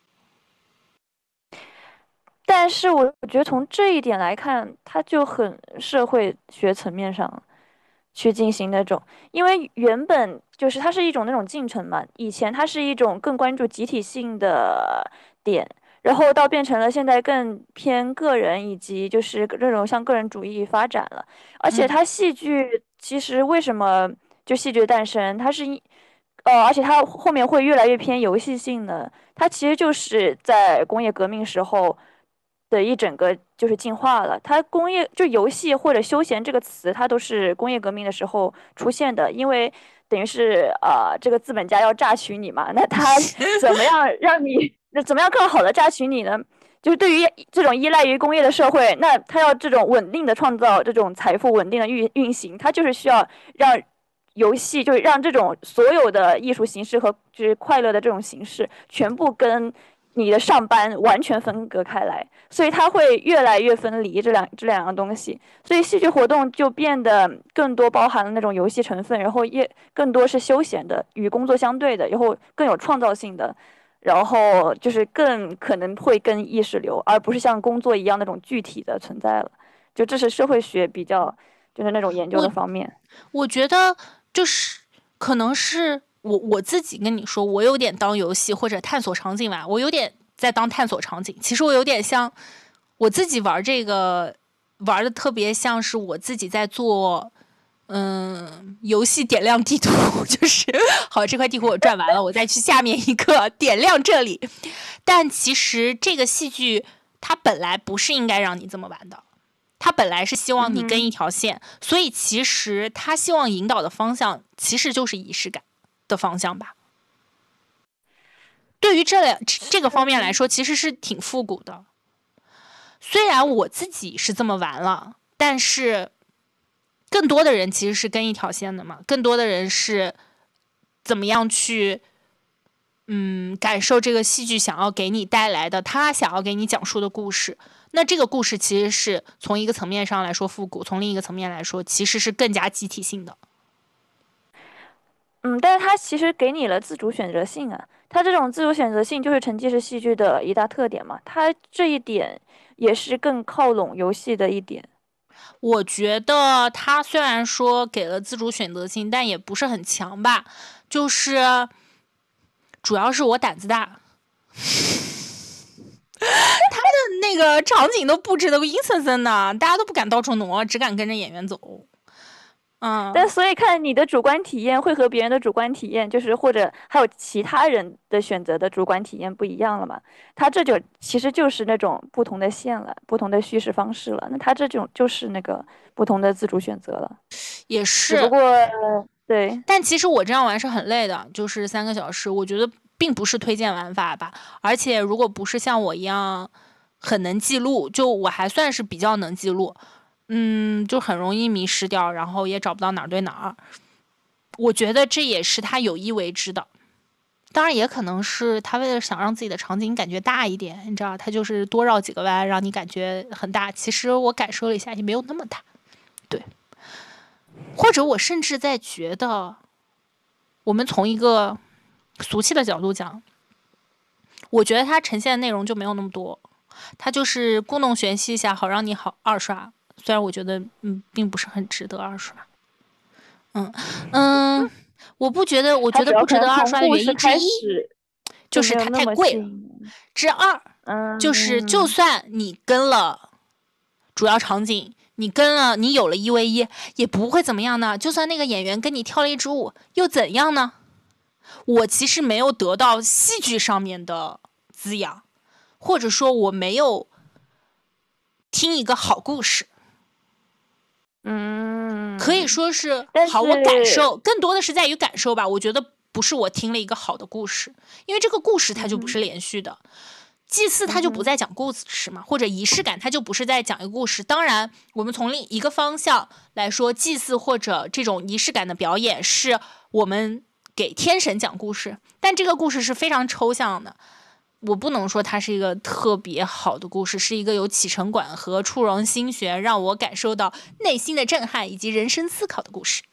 但是我觉得从这一点来看，它就很社会学层面上去进行那种，因为原本就是它是一种那种进程嘛，以前它是一种更关注集体性的点，然后到变成了现在更偏个人，以及就是这种向个人主义发展了。而且它戏剧其实为什么就戏剧的诞生，它是而且它后面会越来越偏游戏性的，它其实就是在工业革命时候的一整个就是进化了。它工业就游戏或者休闲这个词，它都是工业革命的时候出现的，因为等于是这个资本家要榨取你嘛，那他怎么样让你怎么样更好的榨取你呢？就是对于这种依赖于工业的社会，那他要这种稳定的创造这种财富、稳定的运行，他就是需要让游戏，就是让这种所有的艺术形式和就是快乐的这种形式，全部跟你的上班完全分割开来，所以它会越来越分离这两样东西，所以戏剧活动就变得更多包含了那种游戏成分，然后也更多是休闲的，与工作相对的，然后更有创造性的。然后就是更可能会跟意识流，而不是像工作一样那种具体的存在了。就这是社会学比较就是那种研究的方面。 我觉得就是可能是我自己跟你说，我有点当游戏或者探索场景吧，我有点在当探索场景。其实我有点像我自己玩这个玩的特别像是我自己在做。游戏点亮地图，就是好，这块地图我转完了，我再去下面一个点亮这里。但其实这个戏剧它本来不是应该让你这么玩的，它本来是希望你跟一条线，所以其实它希望引导的方向其实就是仪式感的方向吧。对于这个方面来说，其实是挺复古的。虽然我自己是这么玩了，但是。更多的人其实是跟一条线的嘛，更多的人是怎么样去感受这个戏剧想要给你带来的，他想要给你讲述的故事。那这个故事其实是从一个层面上来说复古，从另一个层面来说其实是更加集体性的。 但是它其实给你了自主选择性啊，它这种自主选择性就是沉浸式戏剧的一大特点嘛，它这一点也是更靠拢游戏的一点。 我觉得他虽然说给了自主选择性，但也不是很强吧。就是主要是我胆子大，他的那个场景都布置的阴森森的，大家都不敢到处挪，只敢跟着演员走。 但所以看你的主观体验会和别人的主观体验，就是或者还有其他人的选择的主观体验不一样了嘛？它这就其实就是那种不同的线了，不同的叙事方式了。那它这种就是那个不同的自主选择了。 也是， 只不过对。 但其实我这样玩是很累的，就是3个小时，我觉得并不是推荐玩法吧。而且如果不是像我一样很能记录，就我还算是比较能记录。 就很容易迷失掉，然后也找不到哪儿对哪儿。我觉得这也是他有意为之的。当然也可能是他为了想让自己的场景感觉大一点，你知道，他就是多绕几个弯，让你感觉很大。其实我感受了一下，也没有那么大。对，或者我甚至在觉得，我们从一个俗气的角度讲，我觉得它呈现的内容就没有那么多，它就是故弄玄虚一下，好让你好二刷。虽然我觉得并不是很值得二刷。我不觉得，我觉得不值得二刷的原因之一就是它太贵了。之二，就是就算你跟了主要场景，你有了1v1，也不会怎么样呢。就算那个演员跟你跳了一支舞，又怎样呢？我其实没有得到戏剧上面的滋养，或者说我没有听一个好故事。可以说是好，我感受更多的是在于感受吧。我觉得不是我听了一个好的故事，因为这个故事它就不是连续的。祭祀它就不再讲故事嘛，或者仪式感它就不是在讲一个故事。当然，我们从另一个方向来说，祭祀或者这种仪式感的表演是我们给天神讲故事，但这个故事是非常抽象的。我不能说它是一个特别好的故事，是一个有起承转合、触人心弦，让我感受到内心的震撼以及人生思考的故事。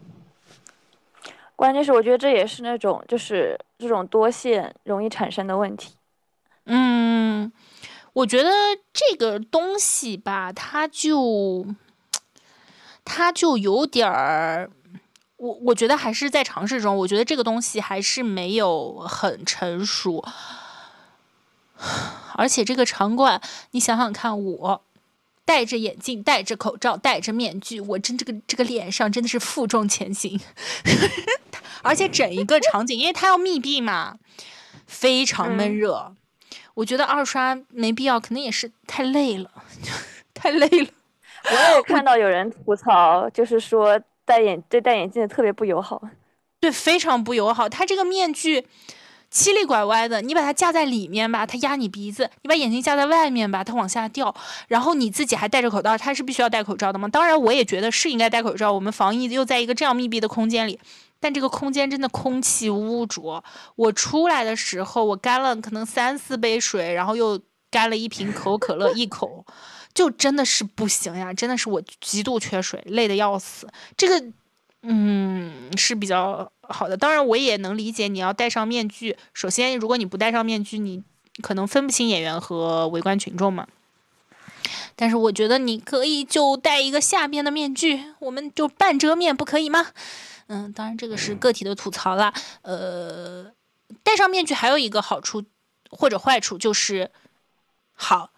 关键是我觉得这也是那种就是这种多线容易产生的问题。 我觉得这个东西吧，它就有点儿，我觉得还是在尝试中。我觉得这个东西还是没有很成熟。而且这个场馆，你想想看，我戴着眼镜、戴着口罩、戴着面具，我这个脸上真的是负重前行。而且整一个场景，因为它要密闭嘛，非常闷热。我觉得二刷没必要，可能也是太累了，太累了。 我也看到有人吐槽，就是说对戴眼镜的特别不友好。 对，非常不友好。它这个面具七里拐歪的，你把它架在里面吧，它压你鼻子；你把眼睛架在外面吧，它往下掉。然后你自己还戴着口罩，它是必须要戴口罩的吗？当然，我也觉得是应该戴口罩。我们防疫又在一个这样密闭的空间里，但这个空间真的空气污浊。我出来的时候，我干了可能3-4杯水，然后又干了一瓶可口可乐一口，就真的是不行呀！真的是我极度缺水，累得要死。这个。是比较好的。当然，我也能理解你要戴上面具。首先，如果你不戴上面具，你可能分不清演员和围观群众嘛。但是，我觉得你可以就戴一个下边的面具，我们就半遮面，不可以吗？当然这个是个体的吐槽啦。戴上面具还有一个好处或者坏处就是，好，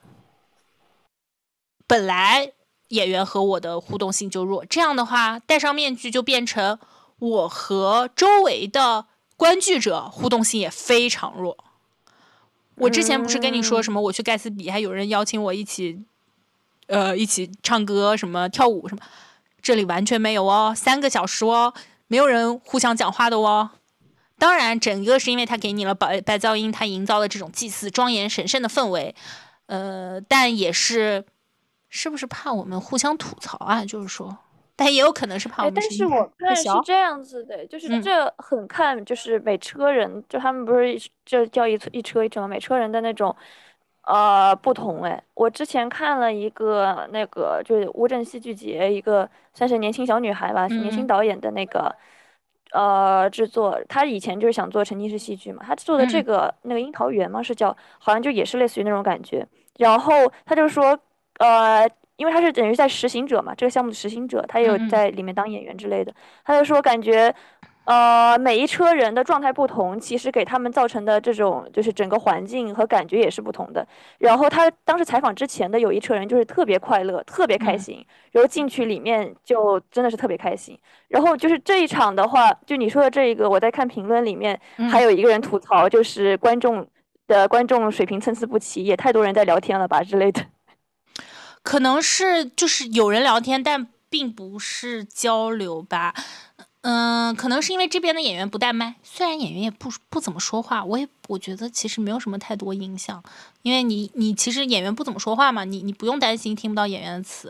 本来。演员和我的互动性就弱，这样的话戴上面具就变成我和周围的观剧者互动性也非常弱。我之前不是跟你说什么我去盖茨比还有人邀请我一起唱歌什么跳舞什么，这里完全没有哦，3个小时哦，没有人互相讲话的哦。当然整个是因为他给你了白噪音，他营造了这种祭祀庄严神圣的氛围，但也是不是怕我们互相吐槽啊？就是说，但也有可能是怕我们。 但是我看是这样子的，就是这很看就是每车人，就他们不是就叫一车一车每车人的那种不同哎。我之前看了一个那个就是乌镇戏剧节一个算是年轻小女孩吧，年轻导演的那个制作，她以前就是想做沉浸式戏剧嘛，她做的这个那个樱桃园嘛是叫，好像就也是类似于那种感觉。然后她就说。因为他是等于在实行者嘛，这个项目的实行者，他也有在里面当演员之类的。他就说感觉，每一车人的状态不同，其实给他们造成的这种就是整个环境和感觉也是不同的。然后他当时采访之前的有一车人就是特别快乐，特别开心，然后进去里面就真的是特别开心。然后就是这一场的话，就你说的这一个，我在看评论里面还有一个人吐槽，就是观众水平参差不齐，也太多人在聊天了吧之类的。 可能是就是有人聊天，但并不是交流吧。可能是因为这边的演员不带麦，虽然演员也不怎么说话，我觉得其实没有什么太多影响，因为你其实演员不怎么说话嘛，你不用担心听不到演员的词。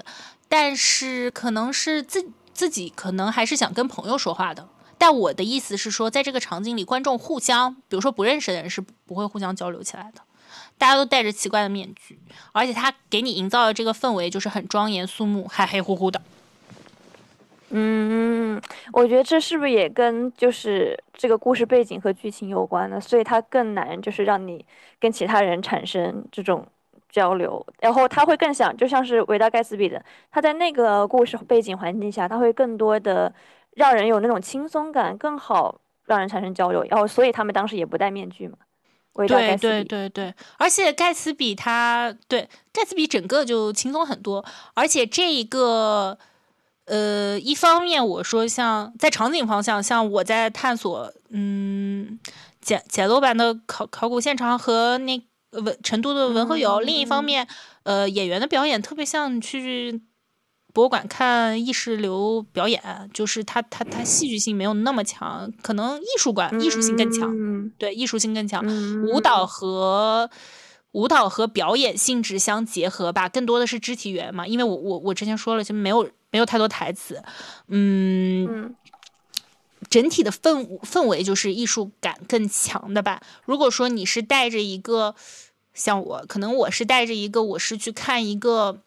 但是可能是自己可能还是想跟朋友说话的。但我的意思是说，在这个场景里，观众互相，比如说不认识的人是不会互相交流起来的，大家都戴着奇怪的面具，而且他给你营造的这个氛围就是很庄严肃穆，还黑乎乎的。 我觉得这是不是也跟就是这个故事背景和剧情有关呢？所以它更难，就是让你跟其他人产生这种交流，然后他会更想，就像是维达盖茨比的，他在那个故事背景环境下，他会更多的让人有那种轻松感，更好让人产生交流。然后，所以他们当时也不戴面具嘛。维达盖茨比， 对，而且盖茨比盖茨比整个就轻松很多，而且这一个。一方面我说像在场景方向，像我在探索，简陋版的考古现场和那成都的文和友。另一方面，演员的表演特别像你去博物馆看意识流表演，就是它戏剧性没有那么强，可能艺术性更强，对，艺术性更强，舞蹈和表演性质相结合吧，更多的是肢体语言嘛。因为我之前说了，就没有太多台词，整体的氛围就是艺术感更强的吧。如果说你是带着一个像我，可能我是带着一个我是去看一个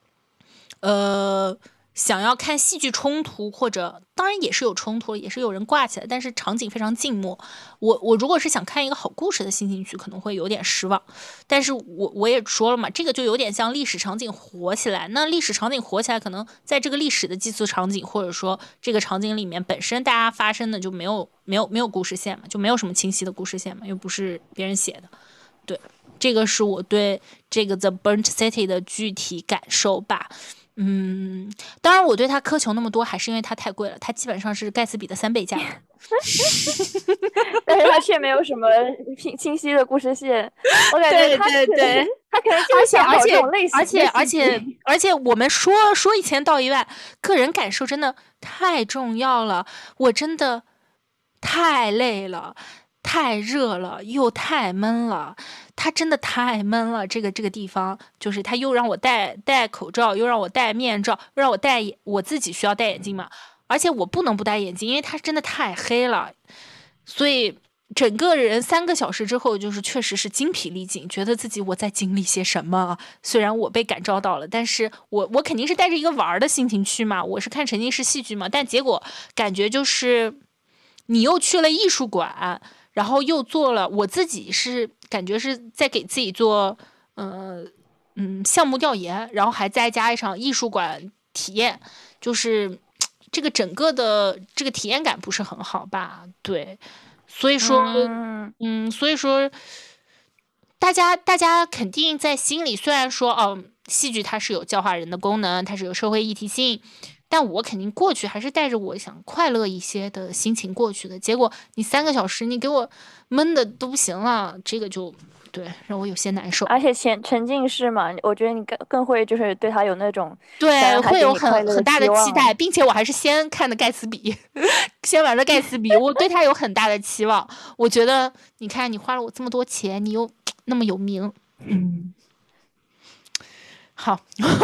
想要看戏剧冲突，或者当然也是有冲突，也是有人挂起来，但是场景非常静默。我如果是想看一个好故事的心情剧，可能会有点失望。但是我也说了嘛，这个就有点像历史场景活起来。那历史场景活起来，可能在这个历史的祭祀场景，或者说这个场景里面本身大家发生的就没有故事线嘛，就没有什么清晰的故事线嘛，又不是别人写的。对，这个是我对这个 The Burnt City 的具体感受吧。当然我对它苛求那么多，还是因为它太贵了，它基本上是盖茨比的3倍价格。 但是它却没有什么清晰的故事线。我感觉它可能就是想好这种类型的戏剧。 而且我们说一千道一万，个人感受真的太重要了。我真的太累了，太热了，又太闷了。它真的太闷了，这个地方就是它又让我戴口罩，又让我戴面罩，又让我我自己需要戴眼镜嘛，而且我不能不戴眼镜，因为它真的太黑了，所以整个人3个小时之后，就是确实是精疲力尽，觉得自己我在经历些什么。虽然我被感召到了，但是我肯定是带着一个玩的心情去嘛，我是看沉浸式戏剧嘛，但结果感觉就是你又去了艺术馆。然后又做了，我自己是感觉是在给自己做，项目调研，然后还再加一场艺术馆体验，就是这个整个的这个体验感不是很好吧？对，所以说，所以说，大家肯定在心里，虽然说戏剧它是有教化人的功能，它是有社会议题性。但我肯定过去还是带着我想快乐一些的心情过去的，结果你3个小时你给我闷的都不行了，这个就对让我有些难受。 而且沉浸式嘛，我觉得你更会就是对他有那种对会有很大的期待，并且我还是先看的盖茨比，先玩的盖茨比，我对他有很大的期望。我觉得你看你花了我这么多钱，你又那么有名，好。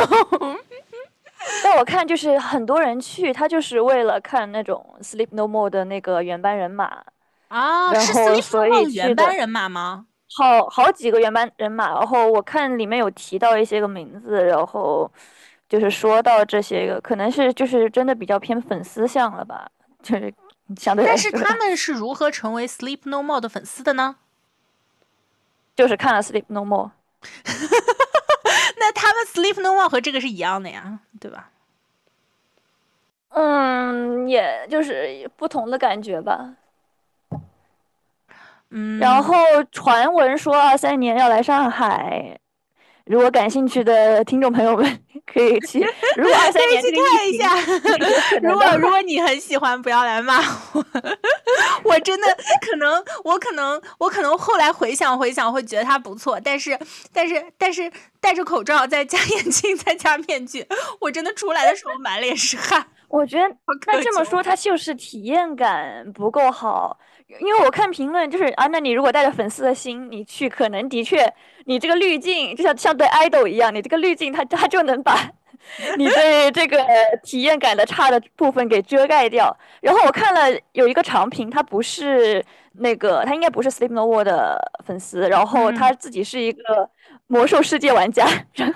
但我看就是很多人去，他就是为了看那种 Sleep No More 的那个原班人马啊， 然后所以原班人马吗？ 好几个原班人马，然后我看里面有提到一些个名字，然后就是说到这些个，可能是就是真的比较偏粉丝向了吧，就是相对来说。 但是他们是如何成为 Sleep No More 的粉丝的呢？ 就是看了 Sleep No More。 那他们 Sleep No More 和这个是一样的呀，对吧？ 也就是不同的感觉吧。然后传闻说23年要来上海，如果感兴趣的听众朋友们可以去。如果23年去看一下。如果你很喜欢，不要来骂我。我真的我可能后来回想会觉得它不错，但是戴着口罩再加眼镜再加面具，我真的出来的时候满脸是汗。 我觉得那这么说，它就是体验感不够好。因为我看评论就是那你如果带着粉丝的心你去，可能的确你这个滤镜就像对 idol 一样，你这个滤镜它就能把你对这个体验感的差的部分给遮盖掉。然后我看了有一个长评，他不是那个，他应该不是 Sleep No More 的粉丝，然后他自己是一个魔兽世界玩家，然后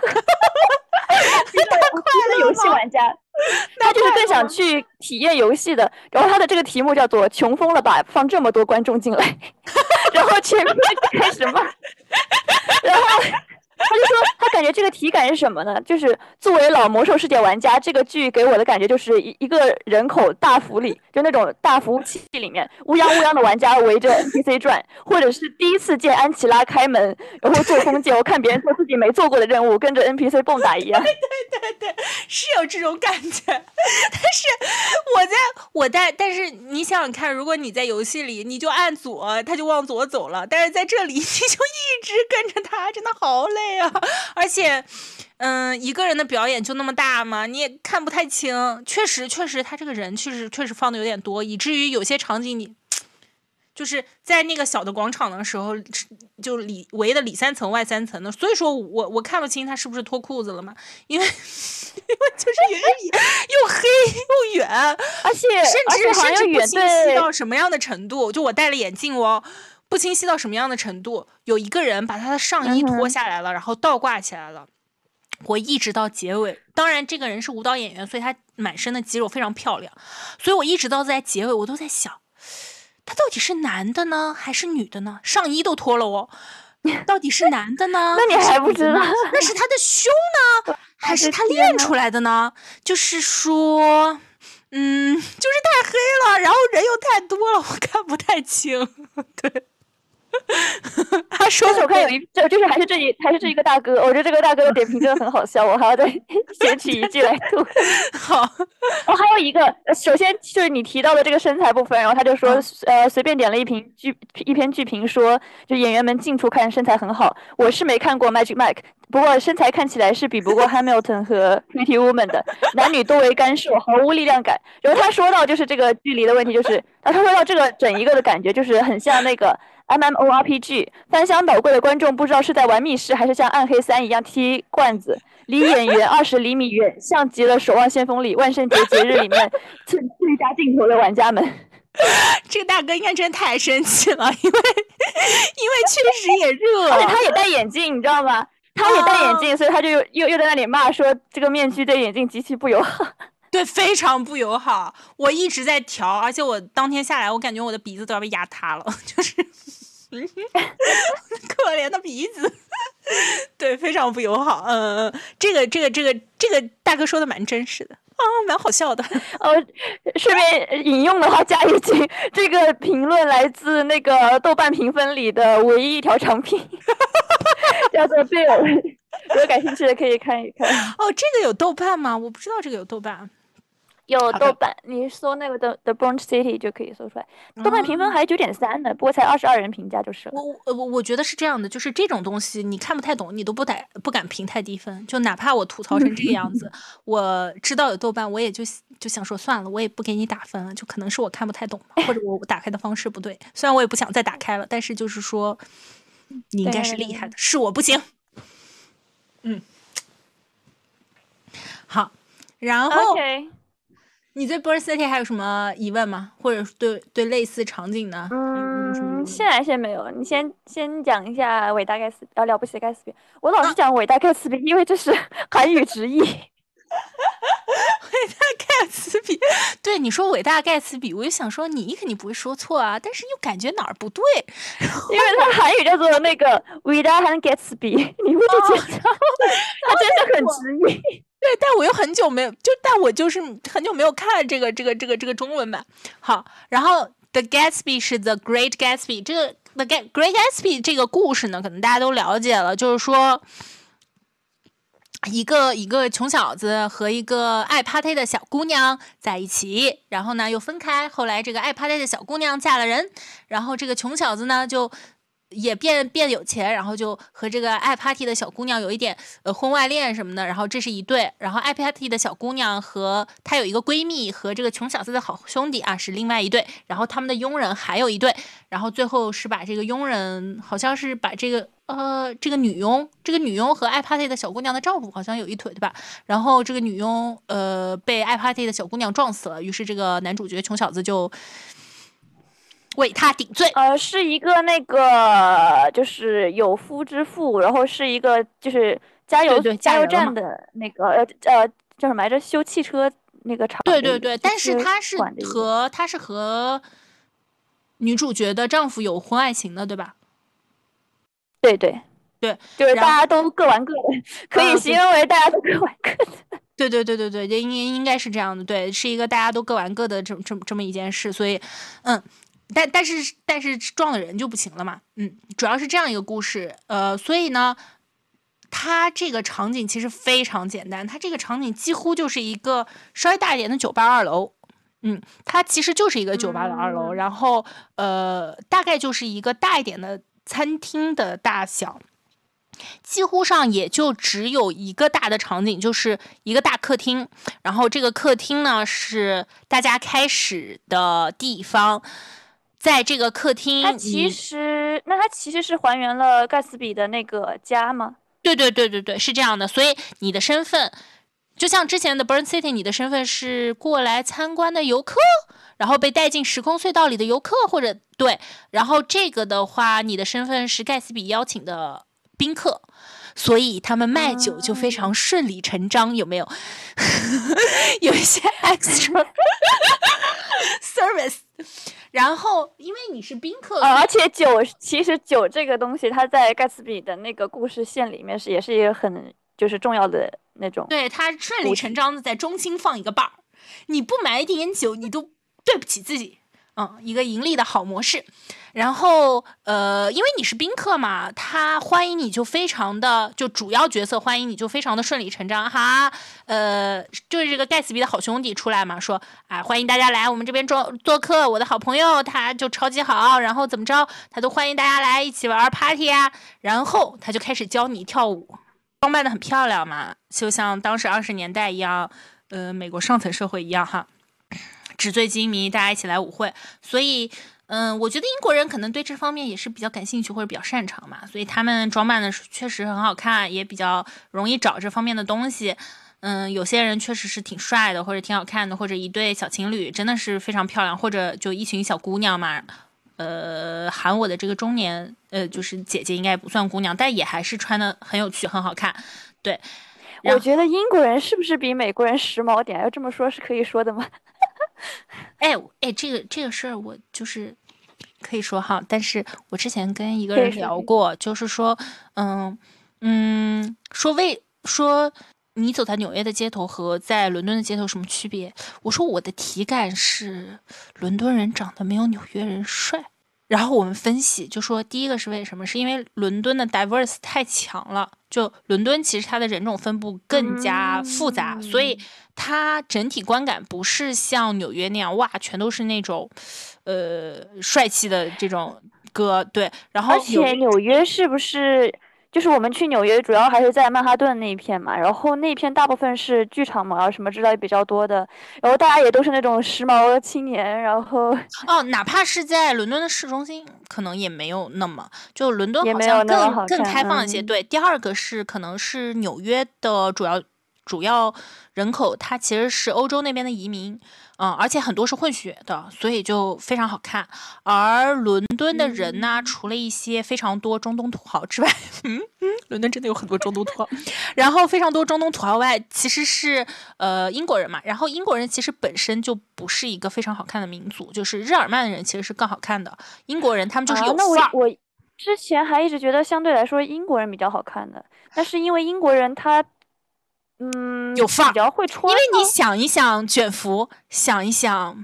一个游戏玩家，他就是更想去体验游戏的。然后他的这个题目叫做“穷疯了吧，放这么多观众进来”，然后前面就开始骂，然后他就说他感觉这个体感是什么呢？就是作为老魔兽世界玩家，这个剧给我的感觉就是一个人口大服里，就那种大服务器里面乌泱乌泱的玩家围着 NPC 转，或者是第一次见安琪拉开门，然后做封建，我看别人做自己没做过的任务，跟着 NPC 蹦跶一样。 对，是有这种感觉。但是但是你想想看，如果你在游戏里，你就按左，他就往左走了，但是在这里你就一直跟着他，真的好累啊！而且，一个人的表演就那么大嘛，你也看不太清。确实，他这个人确实放的有点多，以至于有些场景你。就是在那个小的广场的时候，就围的里3层外3层的，所以说我看不清他是不是脱裤子了嘛，因为就是又黑又远，而且甚至不清晰到什么样的程度，就我戴了眼镜哦，不清晰到什么样的程度，有一个人把他的上衣脱下来了，然后倒挂起来了。我一直到结尾，当然这个人是舞蹈演员，所以他满身的肌肉非常漂亮，所以我一直到在结尾我都在想。他到底是男的呢，还是女的呢？上衣都脱了哦，到底是男的呢？ 那你还不知道？ 那是他的胸呢，还是他练出来的呢？就是说，就是太黑了，然后人又太多了，我看不太清。对。 他说我看有就是还是这一个大哥，我觉得这个大哥的点评真的很好笑，我还要再捡起一句来吐。 好， 然后还有一个，首先就是你提到的这个身材部分，然后他就说，随便点了一篇剧评说，就演员们近处看身材很好。我是没看过 Magic Mike， 不过身材看起来是比不过 Hamilton 和 Pretty Woman 的，男女多为干瘦，毫无力量感。然后他说到就是这个距离的问题，就是他说到这个整一个的感觉就是很像那个。MMORPG 翻箱倒柜的观众不知道是在玩密室还是像暗黑3一样踢罐子，离演员20厘米远，像极了《守望先锋》里万圣节节日里面最佳镜头的玩家们。 这个大哥应该真太生气了，因为确实也热， 而且他也戴眼镜，你知道吗？他也戴眼镜，所以他就又在那里骂说这个面具对眼镜极其不友好。 对，非常不友好。我一直在调，而且我当天下来，我感觉我的鼻子都要被压塌了，就是可怜的鼻子。对，非常不友好。这个大哥说的蛮真实的啊，蛮好笑的。 顺便引用的话加一句，这个评论来自那个豆瓣评分里的唯一一条长评，叫做 Bill。如果感兴趣的可以看一看。 哦，这个有豆瓣吗？我不知道这个有豆瓣。 有豆瓣，你搜那个 The Burnt City 就可以搜出来。豆瓣评分还9.3呢，不过才22人评价就是了。 我觉得是这样的，就是这种东西你看不太懂，你都不敢评太低分。就哪怕我吐槽成这个样子，我知道有豆瓣，我也就想说算了，我也不给你打分了。就可能是我看不太懂嘛，或者我打开的方式不对。虽然我也不想再打开了，但是就是说你应该是厉害的，是我不行。好，然后。 Okay. 你对 Burnt City 还有什么疑问吗？或者对类似场景呢？ 先没有。你先讲一下伟大盖茨比，了不起的盖茨比。我老是讲伟大盖茨比，因为这是韩语直译。伟大盖茨比，对你说伟大盖茨比，我就想说你肯定不会说错啊，但是又感觉哪儿不对， 因为它韩语叫做那个伟大汉盖茨比，你会去介绍，它真的很直译。 对，但我又很久没有，但我就是很久没有看这个中文版。好，然后 The Gatsby 是 The Great Gatsby， 这个 The Great Gatsby 这个故事呢，可能大家都了解了，就是说一个穷小子和一个爱 party 的小姑娘在一起，然后呢又分开，后来这个爱 party 的小姑娘嫁了人，然后这个穷小子呢就也变有钱，然后就和这个爱 party 的小姑娘有一点婚外恋什么的，然后这是一对，然后爱 party 的小姑娘和她有一个闺蜜和这个穷小子的好兄弟啊是另外一对，然后他们的佣人还有一对，然后最后是把这个佣人好像是把这个女佣和爱 party 的小姑娘的丈夫好像有一腿对吧？然后这个女佣被爱 party 的小姑娘撞死了，于是这个男主角穷小子就为他顶罪。 是一个那个就是有夫之妇，然后是一个就是加油站的那个叫什么来着？修汽车那个厂。 对，但是他是和女主角的丈夫有婚外情的，对吧？ 对，就是大家都各玩各的，可以形容为大家都各玩各的。 对，应该是这样的，对，是一个大家都各玩各的这么一件事，所以但是撞了人就不行了嘛，主要是这样一个故事，所以呢，它这个场景其实非常简单，它这个场景几乎就是一个稍微大一点的酒吧2楼，它其实就是一个酒吧的2楼，然后大概就是一个大一点的餐厅的大小，几乎上也就只有一个大的场景，就是一个大客厅，然后这个客厅呢是大家开始的地方。在这个客厅， 它其实是还原了盖茨比的那个家吗？ 对，是这样的。所以你的身份，就像之前的 Burn City， 你的身份是过来参观的游客，然后被带进时空隧道里的游客，或者对。然后这个的话，你的身份是盖茨比邀请的宾客，所以他们卖酒就非常顺理成章，有没有？有一些 extra service。然后，因为你是宾客， 而且其实酒这个东西，它在盖茨比的那个故事线里面也是一个很就是重要的那种。 对，它顺理成章的在中心放一个 bar， 你不买一点酒，你都对不起自己。一个盈利的好模式。然后因为你是宾客嘛，他欢迎你就非常的，就主要角色欢迎你就非常的顺理成章哈。就是这个盖茨比的好兄弟出来嘛，说欢迎大家来我们这边做客，我的好朋友他就超级好，然后怎么着他都欢迎大家来一起玩 party 啊，然后他就开始教你跳舞，装扮的很漂亮嘛，就像当时20年代一样，美国上层社会一样哈。纸醉金迷，大家一起来舞会，所以，我觉得英国人可能对这方面也是比较感兴趣或者比较擅长嘛，所以他们装扮的确实很好看，也比较容易找这方面的东西。有些人确实是挺帅的，或者挺好看的，或者一对小情侣真的是非常漂亮，或者就一群小姑娘嘛。喊我的这个中年，就是姐姐应该不算姑娘，但也还是穿的很有趣，很好看。对， 我觉得英国人是不是比美国人时髦点？要这么说，是可以说的吗？ 这个事儿我就是可以说哈，但是我之前跟一个人聊过，就是说，说你走在纽约的街头和在伦敦的街头有什么区别？我说我的体感是伦敦人长得没有纽约人帅。然后我们分析就说，第一个是为什么？是因为伦敦的 diverse 太强了，就伦敦其实它的人种分布更加复杂，所以它整体观感不是像纽约那样哇，全都是那种帅气的这种歌。对，然后而且纽约是不是就是我们去纽约主要还是在曼哈顿那一片嘛，然后那片大部分是剧场嘛，然后什么之类比较多的，然后大家也都是那种时髦青年，然后哪怕是在伦敦的市中心，可能也没有那么，就伦敦好像更开放一些。对，第二个是可能是纽约的主要人口，它其实是欧洲那边的移民。而且很多是混血的，所以就非常好看。而伦敦的人呢，除了一些非常多中东土豪之外，伦敦真的有很多中东土豪，然后非常多中东土豪外，其实是英国人嘛。然后英国人其实本身就不是一个非常好看的民族，就是日耳曼的人其实是更好看的。英国人他们就是有范儿。 那我之前还一直觉得相对来说英国人比较好看的，但是因为英国人他有范儿， 比较会穿。 因为你想一想卷福，想一想，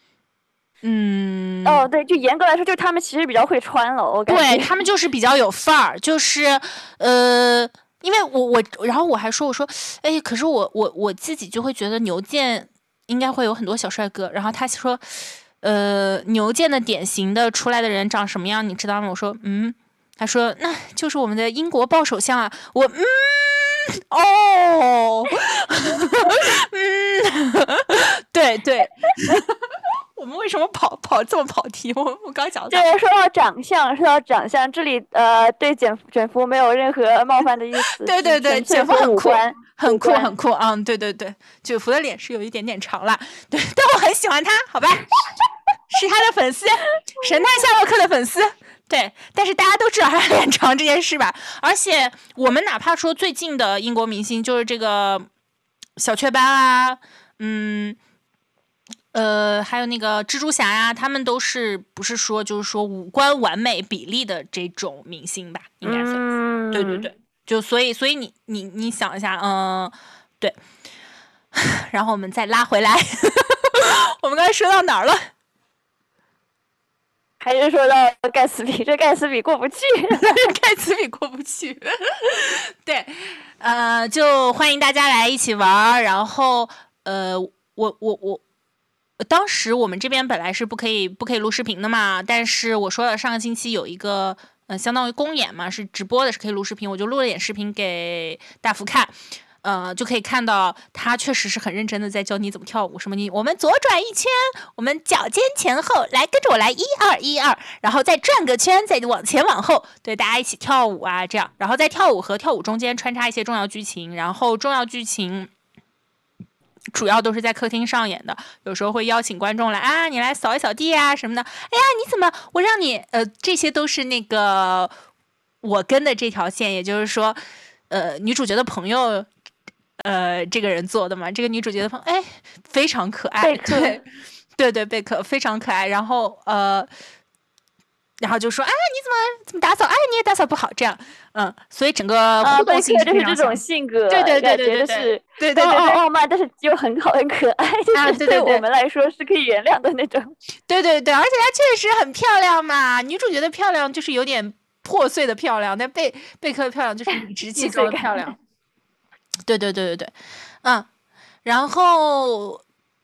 对，就严格来说，就是他们其实比较会穿了。我感觉对他们就是比较有范儿，就是因为然后我还说，我说，可是我自己就会觉得牛剑应该会有很多小帅哥。然后他说，牛剑的典型的出来的人长什么样，你知道吗？我说， 他说那就是我们的英国豹首相啊。我哦对对我们为什么这么跑题？我刚讲对，说到长相，这里对卷福没有任何冒犯的意思。 对对对，卷福很酷，很酷很酷啊！对对对，卷福的脸是有一点点长了，对，但我很喜欢他，好吧，是他的粉丝，神探夏洛克的粉丝。对，但是大家都知道他脸长这件事吧？而且我们哪怕说最近的英国明星，就是这个小雀斑啊，还有那个蜘蛛侠呀，他们都是不是说就是说五官完美比例的这种明星吧？应该算。对对对，就所以你想一下，对。然后我们再拉回来，我们刚才说到哪儿了？ 还是说到盖茨比，这盖茨比过不去， 盖茨比过不去。对，就欢迎大家来一起玩。然后，我当时我们这边本来是不可以录视频的嘛，但是我说了上个星期有一个相当于公演嘛，是直播的，是可以录视频，我就录了点视频给大福看。就可以看到他确实是很认真的在教你怎么跳舞，什么我们左转一圈，我们脚尖前后，来跟着我来1、2、1、2，然后再转个圈，再往前往后，对，大家一起跳舞啊，这样，然后在跳舞和跳舞中间穿插一些重要剧情，然后重要剧情主要都是在客厅上演的，有时候会邀请观众来啊，你来扫一扫地啊什么的，哎呀，你怎么我让你这些都是那个我跟的这条线，也就是说女主角的朋友。这个人做的嘛，这个女主角的朋友，哎，非常可爱，对，贝克非常可爱。然后就说，哎，你怎么打扫？哎，你也打扫不好，这样，所以整个互动性就是这种性格， 对， 对，傲慢，但是又很好，很可爱，就是对我们来说是可以原谅的那种。 对，而且她确实很漂亮嘛，女主角的漂亮就是有点破碎的漂亮，但贝克的漂亮就是理直气壮的漂亮。对，然后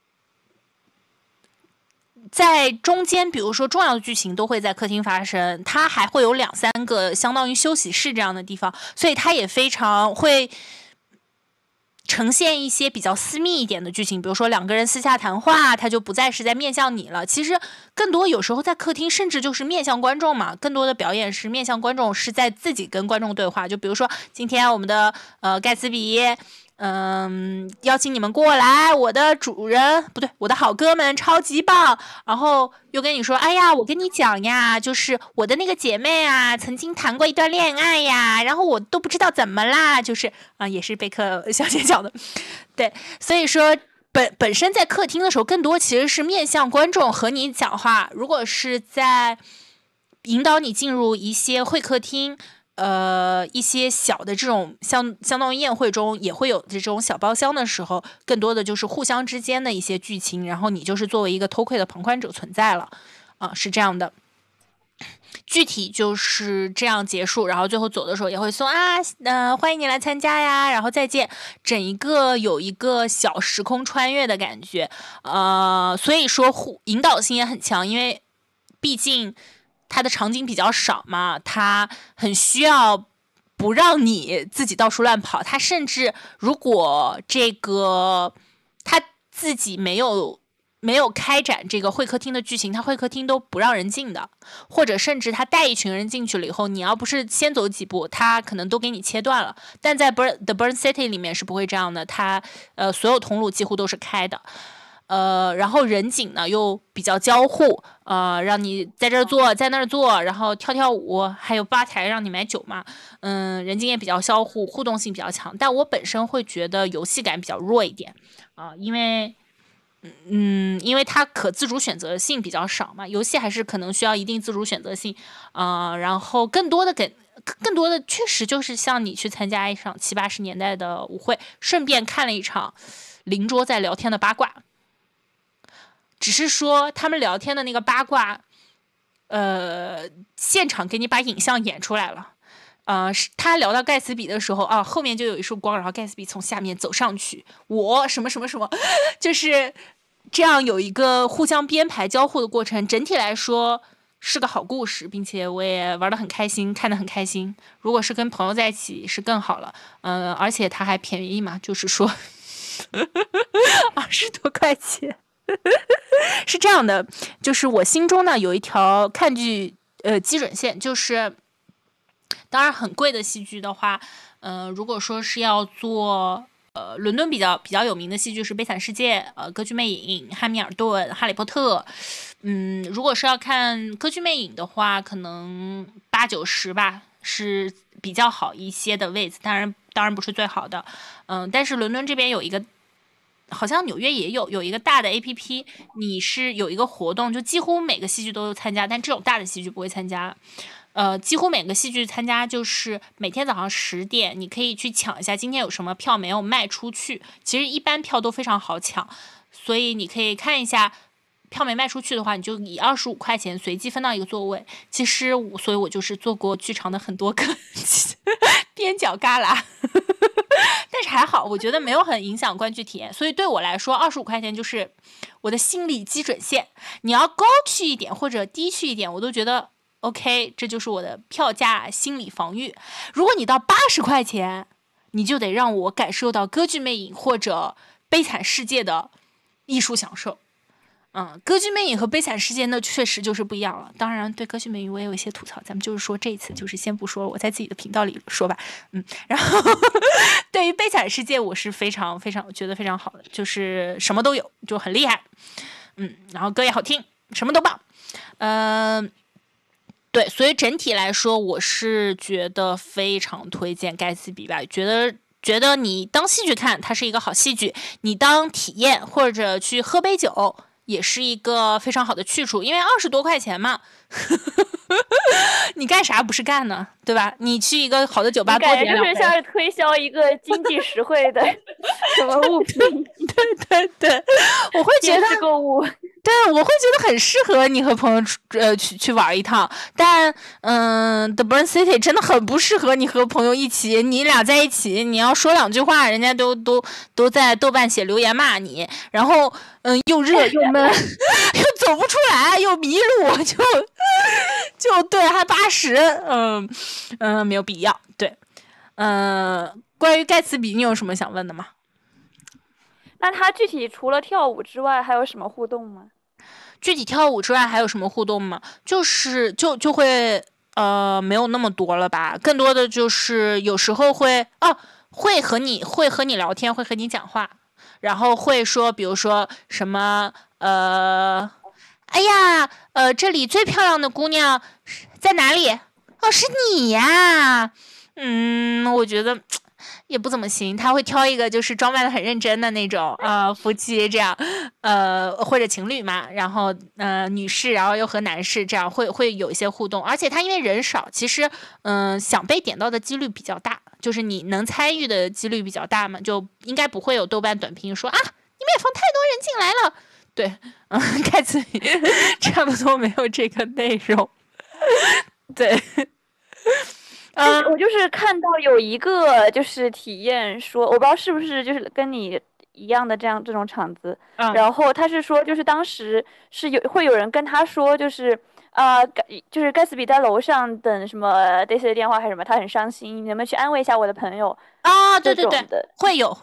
在中间，比如说重要的剧情都会在客厅发生，它还会有2、3个相当于休息室这样的地方，所以它也非常会呈现一些比较私密一点的剧情，比如说2个人私下谈话，它就不再是在面向你了。其实更多有时候在客厅，甚至就是面向观众嘛，更多的表演是面向观众，是在自己跟观众对话。就比如说今天我们的盖茨比。邀请你们过来，我的主人不对，我的好哥们超级棒。然后又跟你说，哎呀，我跟你讲呀，就是我的那个姐妹啊，曾经谈过一段恋爱呀，然后我都不知道怎么啦，就是也是贝克小姐讲的，对，所以说本身在客厅的时候，更多其实是面向观众和你讲话。如果是在引导你进入一些会客厅。一些小的这种相当于宴会中也会有这种小包厢的时候，更多的就是互相之间的一些剧情，然后你就是作为一个偷窥的旁观者存在了，是这样的。具体就是这样结束，然后最后走的时候也会说欢迎你来参加呀，然后再见，整一个有一个小时空穿越的感觉，所以说引导性也很强，因为毕竟。它的场景比较少嘛，它很需要不让你自己到处乱跑。它甚至如果这个他自己没有开展这个会客厅的剧情，他会客厅都不让人进的，或者甚至他带一群人进去了以后，你要不是先走几步，他可能都给你切断了。但在 The Burn City 里面是不会这样的，他所有通路几乎都是开的。然后人景呢又比较交互，让你在这儿坐，在那儿坐，然后跳舞，还有吧台让你买酒嘛，人景也比较交互，互动性比较强。但我本身会觉得游戏感比较弱一点因为它可自主选择性比较少嘛，游戏还是可能需要一定自主选择性然后更多的确实就是像你去参加一场70、80年代的舞会，顺便看了一场邻桌在聊天的八卦。只是说他们聊天的那个八卦，现场给你把影像演出来了。他聊到盖茨比的时候后面就有一束光，然后盖茨比从下面走上去，我什么什么什么，就是这样有一个互相编排交互的过程。整体来说是个好故事，并且我也玩得很开心，看得很开心。如果是跟朋友在一起是更好了，而且它还便宜嘛，就是说20多块钱。是这样的，就是我心中呢有一条看剧基准线，就是当然很贵的戏剧的话，如果说是要做伦敦比较有名的戏剧是《悲惨世界》、歌剧魅影》、汉密尔顿、哈利波特。如果是要看歌剧魅影的话，可能80-90吧是比较好一些的位置，当然不是最好的。但是伦敦这边有一个。好像纽约也有一个大的 APP， 你是有一个活动，就几乎每个戏剧都有参加，但这种大的戏剧不会参加。几乎每个戏剧参加就是每天早上10点，你可以去抢一下今天有什么票没有卖出去。其实一般票都非常好抢，所以你可以看一下。票没卖出去的话，你就以25块钱随机分到一个座位。其实所以我就是坐过剧场的很多个边角旮旯，但是还好，我觉得没有很影响观剧体验。所以对我来说，25块钱就是我的心理基准线。你要高去一点或者低去一点，我都觉得 OK， 这就是我的票价心理防御。如果你到80块钱，你就得让我感受到歌剧魅影或者悲惨世界的艺术享受。歌剧魅影和悲惨世界那确实就是不一样了。当然对歌剧魅影我也有一些吐槽，咱们就是说这一次就是先不说了，我在自己的频道里说吧。然后对于悲惨世界我是非常非常觉得非常好的，就是什么都有，就很厉害。然后歌也好听，什么都棒。对，所以整体来说我是觉得非常推荐盖茨比吧，觉得你当戏剧看它是一个好戏剧，你当体验或者去喝杯酒也是一个非常好的去处，因为20多块钱嘛，你干啥不是干呢？对吧？你去一个好的酒吧多点2杯， 就是像是推销一个经济实惠的什么物品。 对，我会觉得购物。 对，我会觉得很适合你和朋友去玩一趟，但The Burn City 真的很不适合你和朋友一起，你俩在一起，你要说2句话，人家都在豆瓣写留言骂你，然后又热又闷，又走不出来，又迷路，就对，还80，没有必要。对，关于盖茨比，你有什么想问的吗？ 那他具体除了跳舞之外，还有什么互动吗？ 具体跳舞之外还有什么互动吗？就会没有那么多了吧，更多的就是有时候会和你聊天，会和你讲话，然后会说比如说什么哎呀这里最漂亮的姑娘在哪里？是你呀。我觉得也不怎么行，他会挑一个就是装扮的很认真的那种夫妻这样或者情侣嘛，然后女士然后又和男士这样会有一些互动，而且他因为人少，其实想被点到的几率比较大，就是你能参与的几率比较大嘛，就应该不会有豆瓣短评说你们也放太多人进来了。对，盖茨比差不多没有这个内容。对。 我就是看到有一个就是体验说，我不知道是不是就是跟你一样的这种场子，然后他是说就是当时是会有人跟他说就是就是盖茨比在楼上等什么 Daisy 的电话还是什么，他很伤心，你能不能去安慰一下我的朋友对，会有，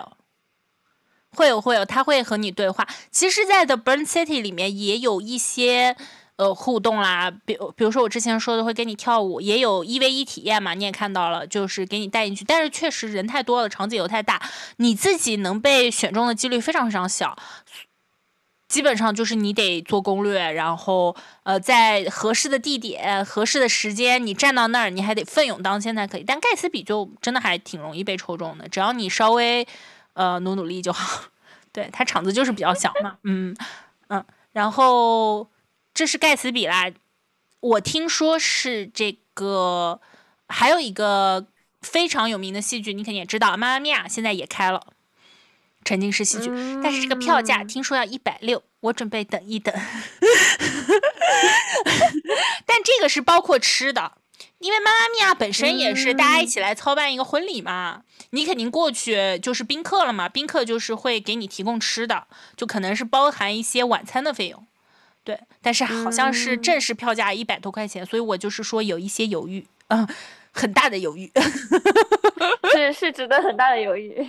他会和你对话。其实在 The Burn City 里面也有一些互动啦，比如说我之前说的会给你跳舞，也有1v1体验嘛，你也看到了，就是给你带进去，但是确实人太多了，场景又太大，你自己能被选中的几率非常非常小，基本上就是你得做攻略，然后在合适的地点、合适的时间，你站到那儿，你还得奋勇当先才可以。但盖茨比就真的还挺容易被抽中的，只要你稍微努力就好。对，它场子就是比较小嘛，然后。这是盖茨比啦，我听说是这个，还有一个非常有名的戏剧，你肯定也知道，《妈妈咪呀》现在也开了沉浸式戏剧，但是这个票价听说要160，我准备等一等。但这个是包括吃的，因为妈妈咪呀本身也是大家一起来操办一个婚礼嘛，你肯定过去就是宾客了嘛，宾客就是会给你提供吃的，就可能是包含一些晚餐的费用。 对，但是好像是正式票价100多块钱，所以我就是说有一些犹豫，很大的犹豫。 是值得很大的犹豫。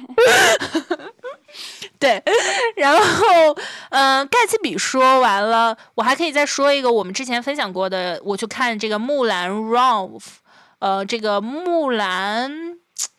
对，然后盖茨比说完了，我还可以再说一个我们之前分享过的，我去看这个木兰 Rolf，这个木兰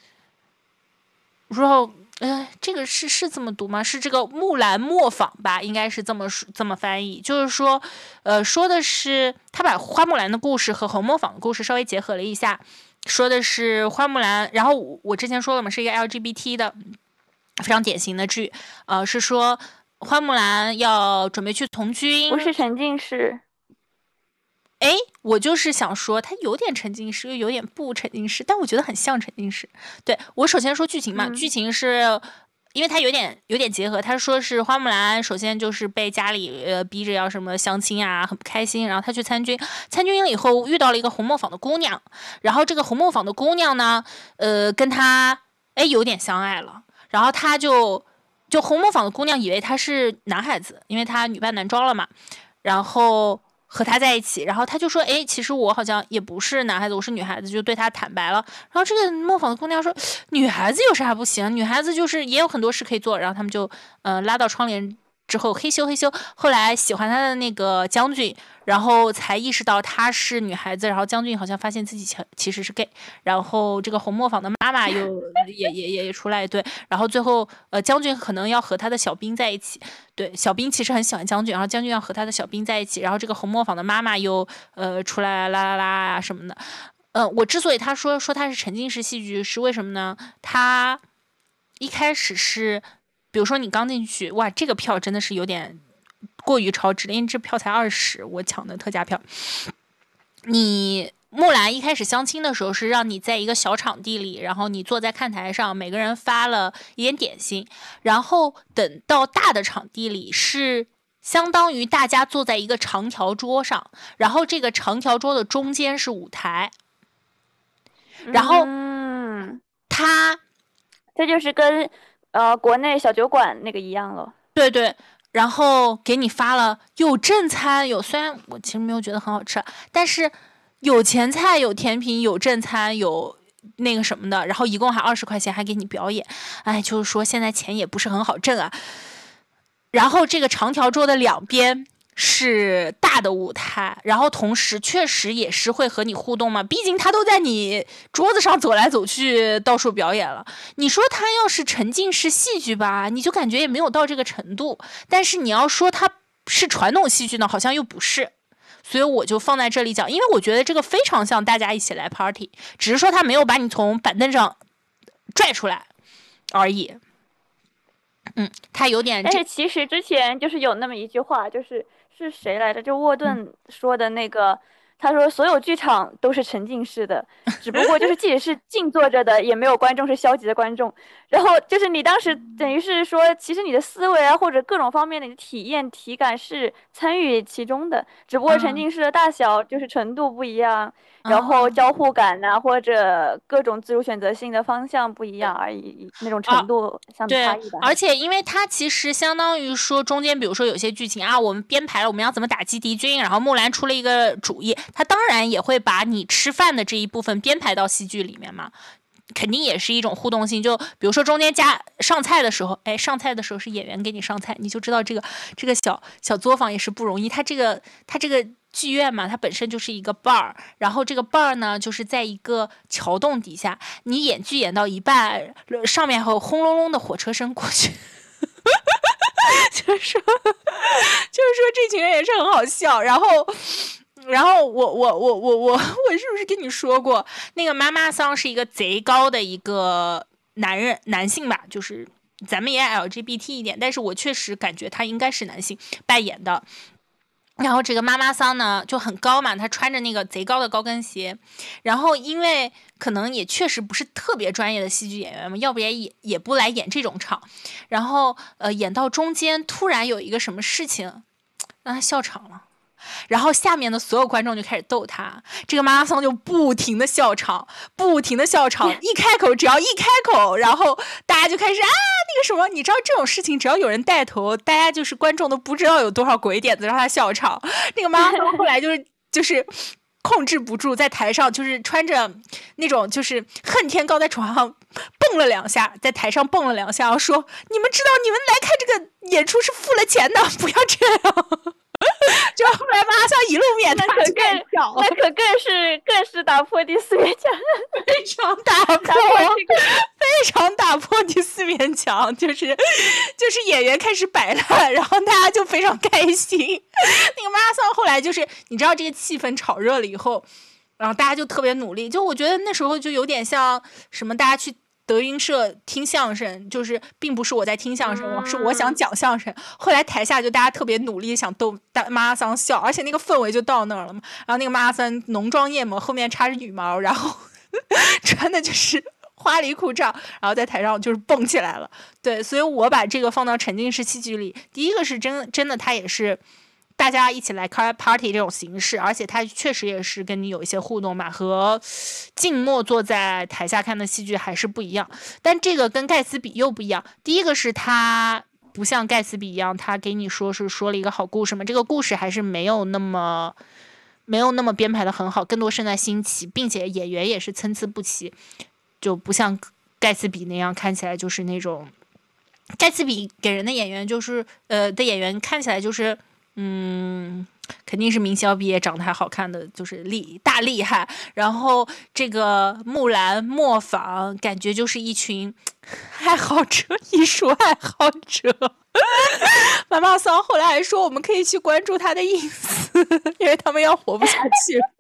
Rolf，这个是这么读吗？是这个木兰磨坊吧？应该是这么翻译，就是说，说的是他把花木兰的故事和红磨坊的故事稍微结合了一下，说的是花木兰，然后我之前说了嘛，是一个 LGBT 的。非常典型的剧，是说花木兰要准备去从军， 不是沉浸式。 哎，我就是想说，它有点沉浸式，又有点不沉浸式，但我觉得很像沉浸式。对，我首先说剧情嘛，剧情是因为它有点结合，他说是花木兰首先就是被家里逼着要什么相亲啊，很不开心，然后他去参军了以后遇到了一个红磨坊的姑娘，然后这个红磨坊的姑娘呢，跟他有点相爱了。然后他就红磨坊的姑娘以为他是男孩子，因为他女扮男装了嘛，然后和他在一起，然后他就说，其实我好像也不是男孩子，我是女孩子，就对他坦白了。然后这个磨坊的姑娘说，女孩子有啥不行？女孩子就是也有很多事可以做。然后他们就拉到窗帘之后嘿咻，后来喜欢他的那个将军，然后才意识到她是女孩子，然后将军好像发现自己其实是 gay， 然后这个红磨坊的妈妈又也出来，对，然后最后将军可能要和他的小兵在一起，对，小兵其实很喜欢将军，然后将军要和他的小兵在一起，然后这个红磨坊的妈妈又出来啦啊什么的。我之所以他说他是沉浸式戏剧是为什么呢？他一开始是比如说你刚进去，哇，这个票真的是有点过于超值了，因为这票才20，我抢的特价票。你木兰一开始相亲的时候是让你在一个小场地里，然后你坐在看台上，每个人发了一点点心，然后等到大的场地里是相当于大家坐在一个长条桌上，然后这个长条桌的中间是舞台，然后这就是跟国内小酒馆那个一样了。 对，然后给你发了有正餐虽然我其实没有觉得很好吃，但是有前菜有甜品有正餐有那个什么的，然后一共还20块钱，还给你表演。就是说现在钱也不是很好挣啊。然后这个长条桌的两边是大的舞台，然后同时确实也是会和你互动嘛，毕竟他都在你桌子上走来走去到处表演了。你说他要是沉浸式戏剧吧，你就感觉也没有到这个程度，但是你要说他是传统戏剧呢，好像又不是，所以我就放在这里讲，因为我觉得这个非常像大家一起来 party， 只是说他没有把你从板凳上拽出来而已。他有点， 但是其实之前就是有那么一句话，是谁来着？就沃顿说的那个，他说所有剧场都是沉浸式的，只不过就是即使是静坐着的，也没有观众是消极的观众。然后就是你当时等于是说，其实你的思维啊或者各种方面的体验体感是参与其中的，只不过沉浸式的大小就是程度不一样。然后交互感呐，或者各种自主选择性的方向不一样而已，那种程度相比差异吧。 而且因为它其实相当于说中间，比如说有些剧情啊，我们编排了我们要怎么打击敌军，然后木兰出了一个主意，他当然也会把你吃饭的这一部分编排到戏剧里面嘛。肯定也是一种互动性，就比如说中间加上菜的时候，上菜的时候是演员给你上菜，你就知道这个小作坊也是不容易。它这个剧院嘛，它本身就是一个 bar， 然后这个 bar 呢就是在一个桥洞底下，你演剧演到一半，上面还有轰隆隆的火车声过去。就是说这群人也是很好笑，然后我是不是跟你说过，那个妈妈桑是一个贼高的一个男性吧，就是咱们也 LGBT 一点，但是我确实感觉他应该是男性扮演的。然后这个妈妈桑呢就很高嘛，她穿着那个贼高的高跟鞋，然后因为可能也确实不是特别专业的戏剧演员嘛，要不然也不来演这种场。然后演到中间突然有一个什么事情让她笑场了， 然后下面的所有观众就开始逗他，这个妈妈桑就不停的笑场，一开口只要一开口，然后大家就开始那个什么，你知道这种事情只要有人带头，大家就是观众都不知道有多少鬼点子让他笑场。那个妈妈桑后来就是控制不住，在台上就是穿着那种就是恨天高，在床上蹦了2下，在台上蹦了2下，说你们知道你们来看这个演出是付了钱的，不要这样。就后来妈桑一露面， 那可更是打破第4面墙， 非常打破第4面墙，就是演员开始摆烂，然后大家就非常开心。那个妈桑后来就是你知道这个气氛炒热了以后，然后大家就特别努力，就我觉得那时候就有点像什么大家去德云社听相声，就是并不是我在听相声，是我想讲相声。后来台下就大家特别努力想逗妈桑笑，而且那个氛围就到那儿了嘛。然后那个妈桑浓妆艳抹，后面插着羽毛，然后穿的就是花里胡哨，然后在台上就是蹦起来了。对，所以我把这个放到沉浸式戏剧里，第一个是真的它也是大家一起来开 party 这种形式，而且它确实也是跟你有一些互动嘛，和静默坐在台下看的戏剧还是不一样。但这个跟盖茨比又不一样，第一个是它不像盖茨比一样，它给你说了一个好故事嘛，这个故事还是没有那么编排的很好，更多是在新奇，并且演员也是参差不齐，就不像盖茨比那样看起来就是那种，盖茨比给人的演员就是的演员看起来就是肯定是名校毕业，长得还好看的，就是大厉害。然后这个木兰磨坊感觉就是一群爱好者，艺术爱好者。妈妈桑后来还说我们可以去关注他的ins，因为他们要活不下去了。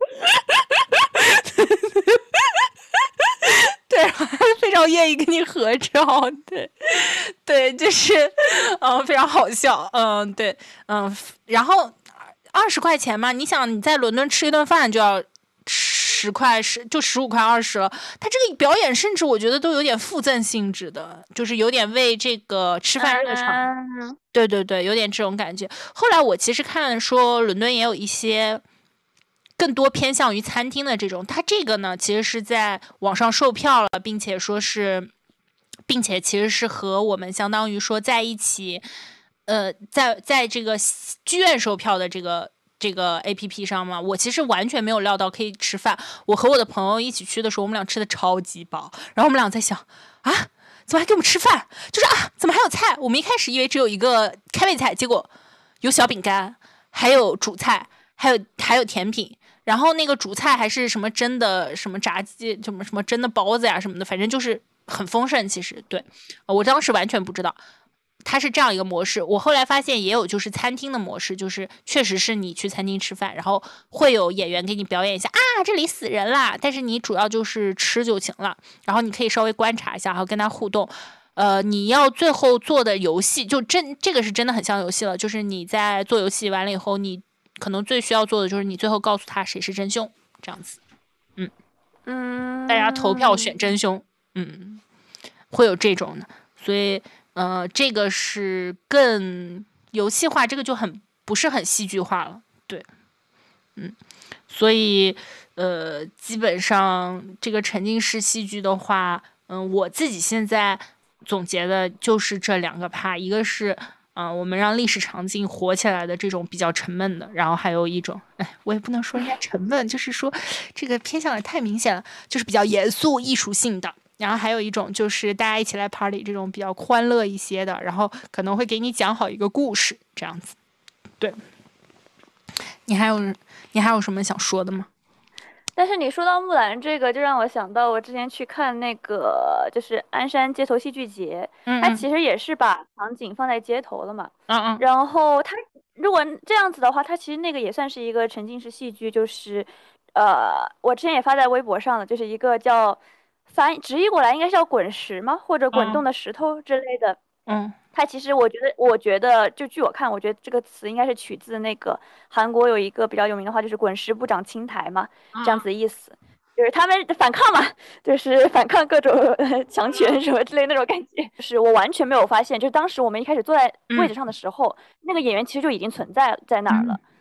对，非常愿意跟你合照，对，就是非常好笑，对，然后20块钱嘛，你想你在伦敦吃一顿饭就要10块就15块20了，他这个表演甚至我觉得都有点附赠性质的，就是有点为这个吃饭热场，对，有点这种感觉。后来我其实看说伦敦也有一些更多偏向于餐厅的这种，它这个呢其实是在网上售票了，并且其实是和我们相当于说在一起，在这个剧院售票的这个 APP 上嘛，我其实完全没有料到可以吃饭。我和我的朋友一起去的时候，我们俩吃的超级饱，然后我们俩在想怎么还给我们吃饭？就是怎么还有菜？我们一开始以为只有一个开胃菜，结果有小饼干，还有主菜，还有甜品。然后那个主菜还是什么蒸的什么炸鸡，什么蒸的包子呀什么的，反正就是很丰盛。其实对我当时完全不知道它是这样一个模式。我后来发现也有就是餐厅的模式，就是确实是你去餐厅吃饭，然后会有演员给你表演一下这里死人啦，但是你主要就是吃就行了，然后你可以稍微观察一下，然后跟他互动。你要最后做的游戏就这个是真的很像游戏了，就是你在做游戏完了以后，你可能最需要做的就是你最后告诉他谁是真凶，这样子。大家投票选真凶，会有这种的，所以这个是更游戏化，这个就不是很戏剧化了，对，所以基本上这个沉浸式戏剧的话，我自己现在总结的就是这2个趴，一个是我们让历史场景火起来的这种比较沉闷的，然后还有一种，我也不能说人家沉闷，就是说这个偏向也太明显了，就是比较严肃艺术性的。然后还有一种就是大家一起来 party 这种比较欢乐一些的，然后可能会给你讲好一个故事这样子。对，你还有什么想说的吗？ 但是你说到木兰这个，就让我想到我之前去看那个就是鞍山街头戏剧节，它其实也是把场景放在街头了嘛。然后它如果这样子的话，它其实那个也算是一个沉浸式戏剧，就是我之前也发在微博上了，就是一个叫直译过来应该是叫滚石吗？或者滚动的石头之类的。它其实我觉得就据我看，我觉得这个词应该是取自那个韩国有一个比较有名的话，就是滚石不长青苔嘛，这样子的意思，就是他们反抗嘛，就是反抗各种强权什么之类那种感觉。就是我完全没有发现，就是当时我们一开始坐在位置上的时候，那个演员其实就已经存在那儿了。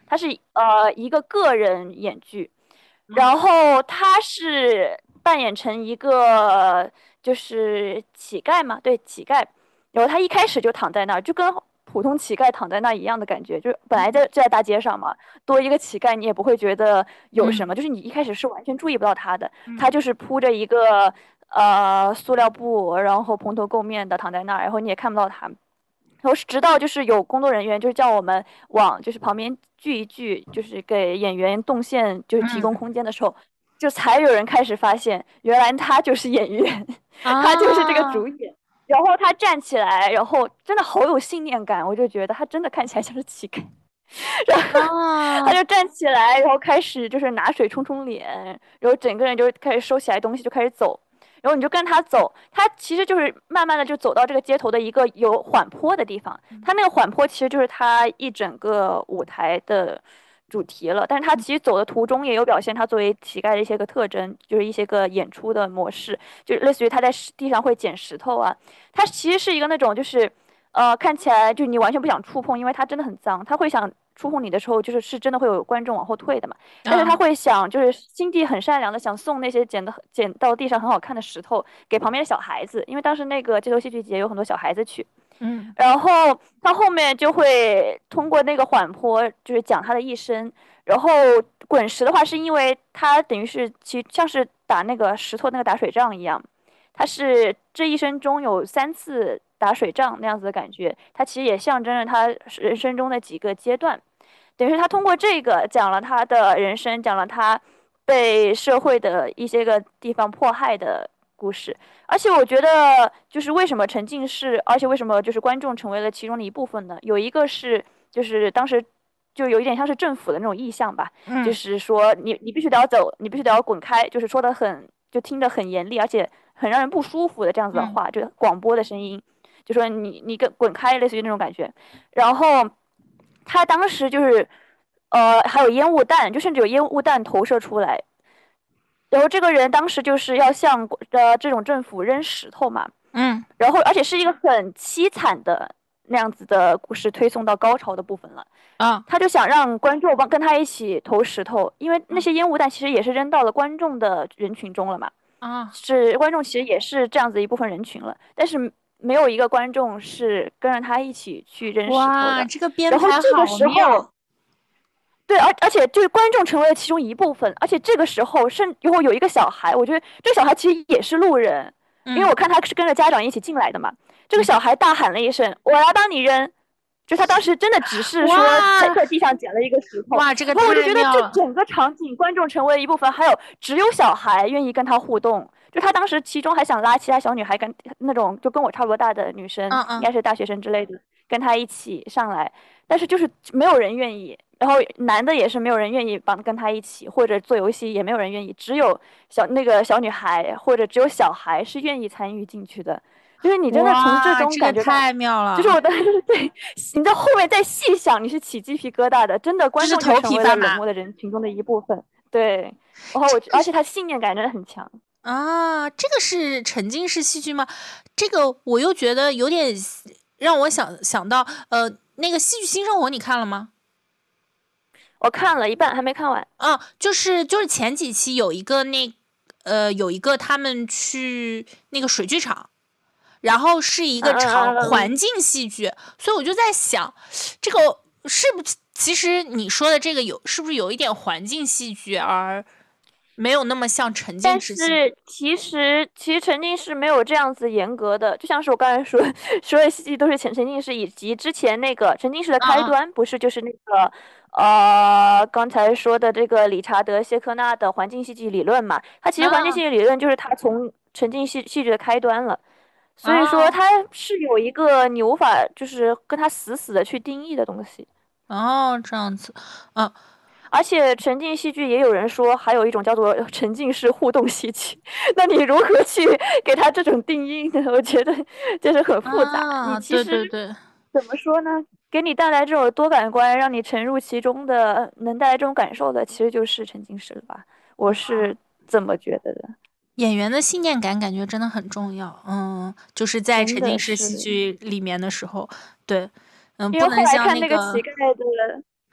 它是一个个人演剧，然后他是扮演成一个就是乞丐嘛，对，乞丐。然后他一开始就躺在那儿，就跟普通乞丐躺在那儿一样的感觉，就本来就在大街上嘛，多一个乞丐你也不会觉得有什么，就是你一开始是完全注意不到他的，他就是铺着一个塑料布，然后蓬头垢面的躺在那儿，然后你也看不到他。然后直到就是有工作人员就是叫我们往就是旁边聚一聚，就是给演员动线就是提供空间的时候，就才有人开始发现，原来他就是演员，他就是这个主演。然后他站起来，然后真的好有信念感，我就觉得他真的看起来像是乞丐。然后他就站起来，然后开始就是拿水冲冲脸，然后整个人就开始收起来东西就开始走。然后你就跟他走，他其实就是慢慢的就走到这个街头的一个有缓坡的地方。他那个缓坡其实就是他一整个舞台的主题了。但是他其实走的途中也有表现他作为乞丐的一些个特征，就是一些个演出的模式，就类似于他在地上会捡石头啊。他其实是一个那种就是看起来就是你完全不想触碰，因为他真的很脏，他会想触碰你的时候，就是真的会有观众往后退的嘛。但是他会想，就是心地很善良的，想送那些捡到地上很好看的石头给旁边的小孩子，因为当时那个街头戏剧节有很多小孩子去。然后他后面就会通过那个缓坡，就是讲他的一生。然后滚石的话，是因为他等于是其像是打那个石头那个打水仗一样，他是这一生中有3次打水仗那样子的感觉，他其实也象征着他人生中的几个阶段。等于是他通过这个讲了他的人生，讲了他被社会的一些个地方迫害的故事。而且我觉得，就是为什么沉浸式，而且为什么就是观众成为了其中的一部分呢？有一个是，就是当时就有一点像是政府的那种意向吧，就是说你必须得要走，你必须得要滚开，就是说的很就听得很严厉，而且很让人不舒服的这样子的话，就广播的声音，就说你滚开，类似于那种感觉。然后他当时就是还有烟雾弹，就甚至有烟雾弹投射出来。然后这个人当时就是要向这种政府扔石头嘛，然后而且是一个很凄惨的那样子的故事，推送到高潮的部分了。他就想让观众跟他一起投石头，因为那些烟雾弹其实也是扔到了观众的人群中了嘛。是观众其实也是这样子一部分人群了，但是没有一个观众是跟着他一起去扔石头的。 哇，这个编排然后这个时好候。对，而且就是观众成为了其中一部分，而且这个时候以后有一个小孩，我觉得这个小孩其实也是路人，因为我看他是跟着家长一起进来的嘛。这个小孩大喊了一声：“我来帮你扔！”就他当时真的只是说在地上捡了一个石头。 哇，这个然后我就觉得这整个场景观众成为了一部分，还有只有小孩愿意跟他互动。就他当时其中还想拉其他小女孩跟那种就跟我差不多大的女生，应该是大学生之类的，跟他一起上来，但是就是没有人愿意。然后男的也是没有人愿意跟他一起，或者做游戏也没有人愿意，只有那个小女孩或者只有小孩是愿意参与进去的。就是你真的从这种感觉太妙了， 就是我的对，你在后面再细想，你是起鸡皮疙瘩的，真的观众就成为了冷漠的人群中的一部分。对，然后而且他信念感真的很强啊。这个是沉浸式戏剧吗？这个我又觉得有点让我想到那个《戏剧新生活》，你看了吗？ 我看了一半，还没看完。 就是前几期有一个有一个他们去那个水剧场，然后是一个环境戏剧，所以我就在想，这个是不是其实你说的这个是不是有一点环境戏剧，而没有那么像沉浸式戏剧？ 但是其实沉浸式没有这样子严格的，就像是我刚才说的戏剧都是沉浸式，以及之前那个沉浸式的开端不是就是那个刚才说的这个理查德谢克纳的环境戏剧理论嘛？它其实环境戏剧理论就是它从沉浸戏剧的开端了，所以说它是有一个你无法就是跟它死的去定义的东西。 这样子， 而且沉浸戏剧也有人说，还有一种叫做沉浸式互动戏剧。那你如何去给它这种定义呢？我觉得就是很复杂。你其实怎么说呢？给你带来这种多感官，让你沉入其中的，能带来这种感受的，其实就是沉浸式了吧？我是这么觉得的。 演员的信念感感觉真的很重要，就是在沉浸式戏剧里面的时候，对， 因为后来看那个乞丐的。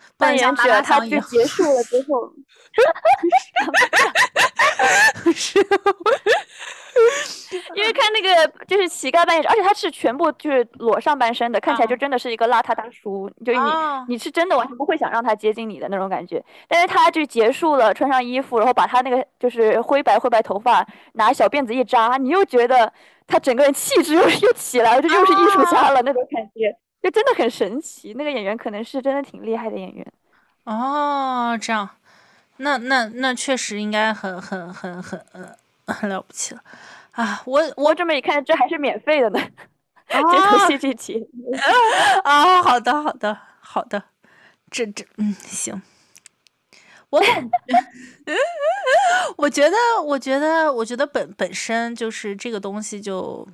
扮演者他就结束了之后， 是， 因为看那个就是乞丐扮演者，而且他是全部就是裸上半身的，看起来就真的是一个邋遢大叔，就你是真的完全不会想让他接近你的那种感觉。但是他就结束了，穿上衣服，然后把他那个就是灰白头发拿小辫子一扎，你又觉得他整个人气质又起来了，就又是艺术家了那种感觉，就真的很神奇。那个演员可能是真的挺厉害的演员。 哦，这样，那确实应该很了不起了啊！我这么一看，这还是免费的呢。街头戏剧节啊，好的，这行。我觉得本身就是这个东西就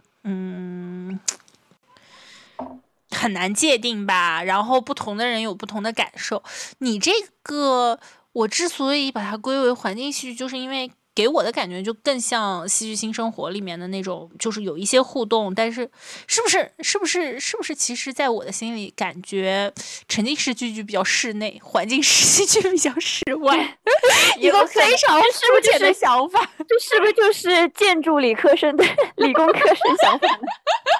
很难界定吧，然后不同的人有不同的感受。你这个我之所以把它归为环境戏剧，就是因为给我的感觉就更像《戏剧新生活》里面的那种，就是有一些互动，但是是不是？其实，在我的心里，感觉沉浸式戏剧比较室内，环境式戏剧比较室外，一个非常肤浅的想法。 这是不是就是建筑理科生的理工科生想法呢？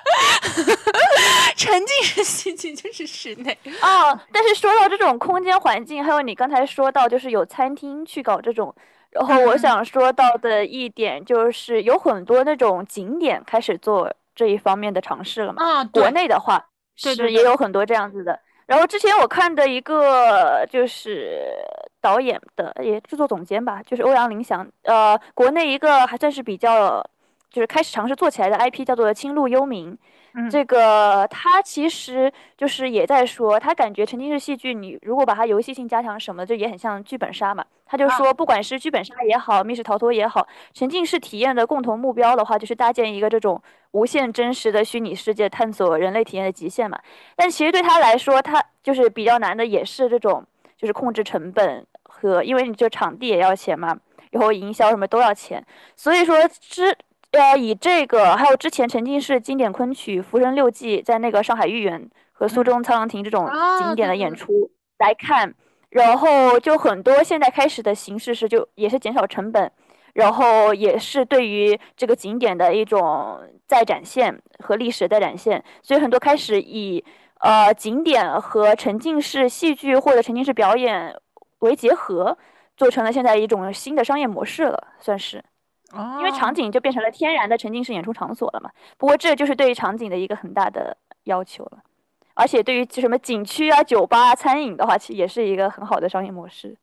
沉浸式戏剧就是室内哦，但是说到这种空间环境，还有你刚才说到就是有餐厅去搞这种。然后我想说到的一点就是有很多那种景点开始做这一方面的尝试了嘛。国内的话是也有很多这样子的。然后之前我看的一个就是导演的也制作总监吧，就是欧阳林祥，国内一个还算是比较就是开始尝试做起来的 IP 叫做《青路幽冥》。这个他其实就是也在说，他感觉沉浸式戏剧，你如果把它游戏性加强什么的，就也很像剧本杀嘛。他就说，不管是剧本杀也好，密室逃脱也好，沉浸式体验的共同目标的话，就是搭建一个这种无限真实的虚拟世界，探索人类体验的极限嘛。但其实对他来说，他就是比较难的，也是这种就是控制成本和，因为你这场地也要钱嘛，然后营销什么都要钱，所以说以这个还有之前沉浸式经典昆曲《浮生六记》在那个上海豫园和苏州沧浪亭这种经典的演出来看，然后就很多现在开始的形式是就也是减少成本，然后也是对于这个景点的一种再展现和历史再展现，所以很多开始以景点和沉浸式戏剧或者沉浸式表演为结合，做成了现在一种新的商业模式了，算是。因为场景就变成了天然的沉浸式演出场所了嘛。不过这就是对于场景的一个很大的要求了，而且对于什么景区啊、酒吧啊、餐饮的话，其实也是一个很好的商业模式。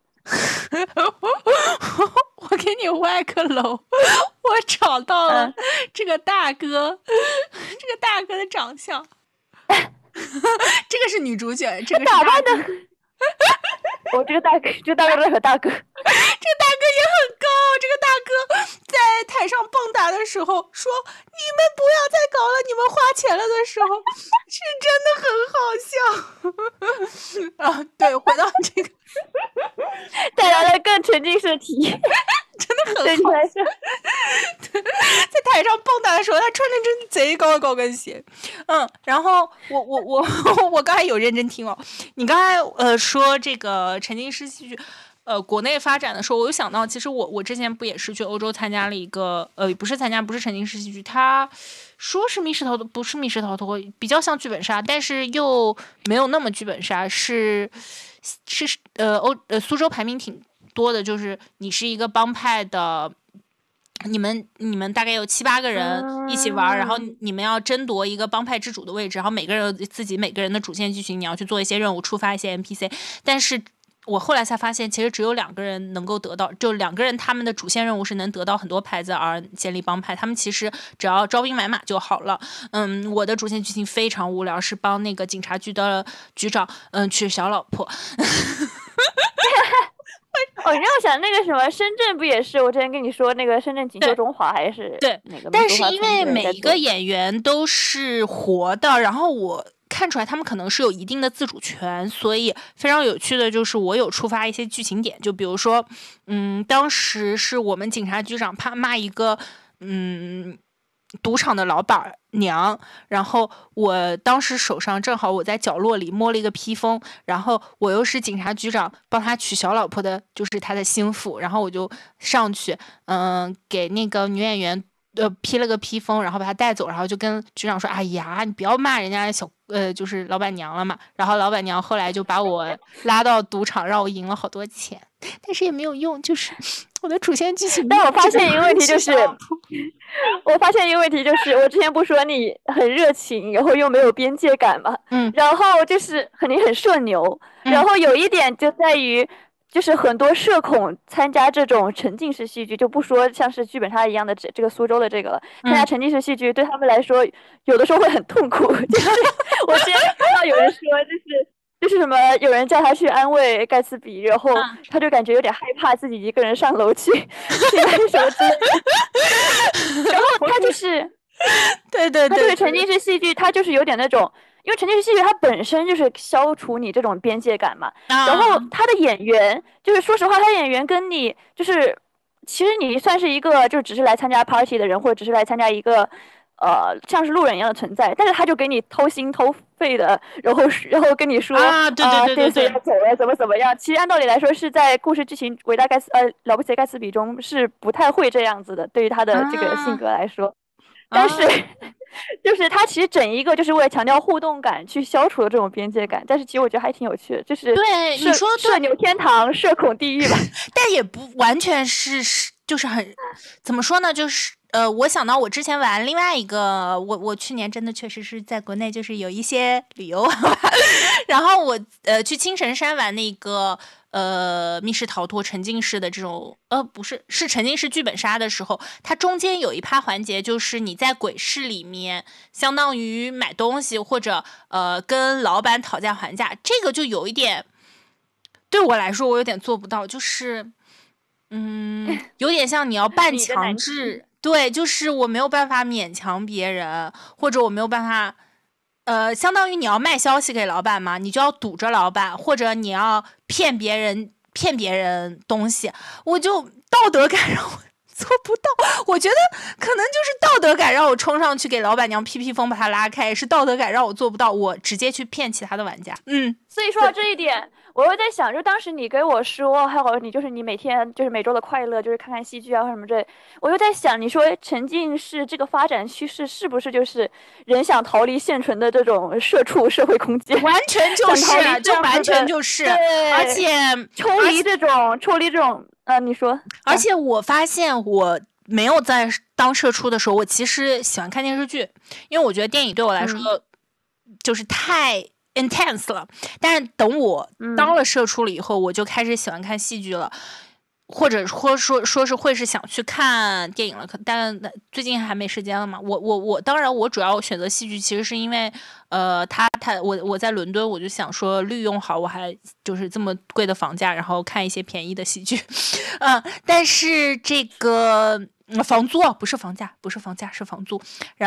我给你歪个楼，我找到了这个大哥，这个大哥的长相，这个是女主角，这个是打扮的。我这个大哥，这个大哥也很大哥， 这个大哥也很高。这个大哥在台上蹦跶的时候说：“你们不要再搞了，你们花钱了”的时候，是真的很好笑啊！对，回到这个， 带来了更沉浸式的体验， 真的很好笑。在台上蹦跶的时候，他穿着真贼高的高跟鞋。然后我刚才有认真听哦。你刚才说这个沉浸式戏剧。国内发展的时候，我有想到，其实我之前不也是去欧洲参加了一个，不是沉浸式戏剧，他说是密室逃脱，不是密室逃脱，比较像剧本杀，但是又没有那么剧本杀，是苏州排名挺多的，就是你是一个帮派的。你们大概有7、8个人一起玩，然后你们要争夺一个帮派之主的位置，然后每个人有自己每个人的主线剧情，你要去做一些任务，触发一些 NPC， 但是。我后来才发现，其实只有2个人能够得到，就2个人他们的主线任务是能得到很多牌子而建立帮派，他们其实只要招兵买马就好了。我的主线剧情非常无聊，是帮那个警察局的局长娶小老婆。 你让我想那个什么，深圳不也是？我之前跟你说那个深圳锦绣中华还是对那个？ 但是因为每一个演员都是活的，然后我。看出来他们可能是有一定的自主权，所以非常有趣的就是我有触发一些剧情点，就比如说，当时是我们警察局长怕骂一个， 赌场的老板娘，然后我当时手上正好我在角落里摸了一个披风，然后我又是警察局长帮他娶小老婆的，就是他的心腹，然后我就上去给那个女演员披了个披风，然后把她带走，然后就跟局长说：“哎呀，你不要骂人家就是老板娘了嘛。”然后老板娘后来就把我拉到赌场，让我赢了好多钱，但是也没有用，就是我的主线剧情。 但我发现一个问题就是，我之前不说你很热情，然后又没有边界感嘛，然后就是你很社牛，然后有一点就在于。就是很多社恐参加这种沉浸式戏剧，就不说像是剧本杀一样的这个苏州的这个了，参加沉浸式戏剧对他们来说，有的时候会很痛苦。就是我之前看到有人说，就是什么，有人叫他去安慰盖茨比，然后他就感觉有点害怕自己一个人上楼去买什么之类的。然后他就是， 对，他这个沉浸式戏剧，他就是有点那种。因为沉浸式戏剧它本身就是消除你这种边界感嘛，然后他的演员就是说实话，他演员跟你就是，其实你算是一个就只是来参加 party 的人，或者只是来参加一个像是路人一样的存在，但是他就给你掏心掏肺的，然后跟你说对， 这次要走了怎么样。其实按道理来说是在故事剧情了不起的盖茨比中是不太会这样子的，对于他的这个性格来说，但是。就是他其实整一个就是为了强调互动感，去消除了这种边界感。但是其实我觉得还挺有趣的，就是对你说社牛天堂，社恐地狱吧。 但也不完全是，就是很怎么说呢？就是我想到我之前玩另外一个，我去年真的确实是在国内就是有一些旅游，然后我去青城山玩那个。密室逃脱沉浸式的这种不是沉浸式剧本杀的时候，它中间有一趴环节，就是你在鬼市里面相当于买东西或者跟老板讨价还价，这个就有一点对我来说我有点做不到，就是有点像你要半强制，对，就是我没有办法勉强别人，或者我没有办法。相当于你要卖消息给老板嘛，你就要堵着老板，或者你要骗别人东西，我就道德感让我做不到。我觉得可能就是道德感让我冲上去给老板娘披风把他拉开，是道德感让我做不到，我直接去骗其他的玩家。 所以说到这一点。我又在想，就当时你给我说，还有你每天就是每周的快乐，就是看看戏剧啊或什么之类。我又在想，你说沉浸式这个发展趋势是不是就是人想逃离现存的这种社会空间？ 完全就是，就完全就是，而且抽离这种你说。 而且我发现我没有在当社畜的时候，我其实喜欢看电视剧，因为我觉得电影对我来说就是太。intense 了，但是等我当了社畜了以后，我就开始喜欢看戏剧了，或者说是会是想去看电影了，但最近还没时间了嘛。我当然我主要选择戏剧，其实是因为我在伦敦，我就想说利用好我还就是这么贵的房价，然后看一些便宜的戏剧，但是这个房租不是房价是房租，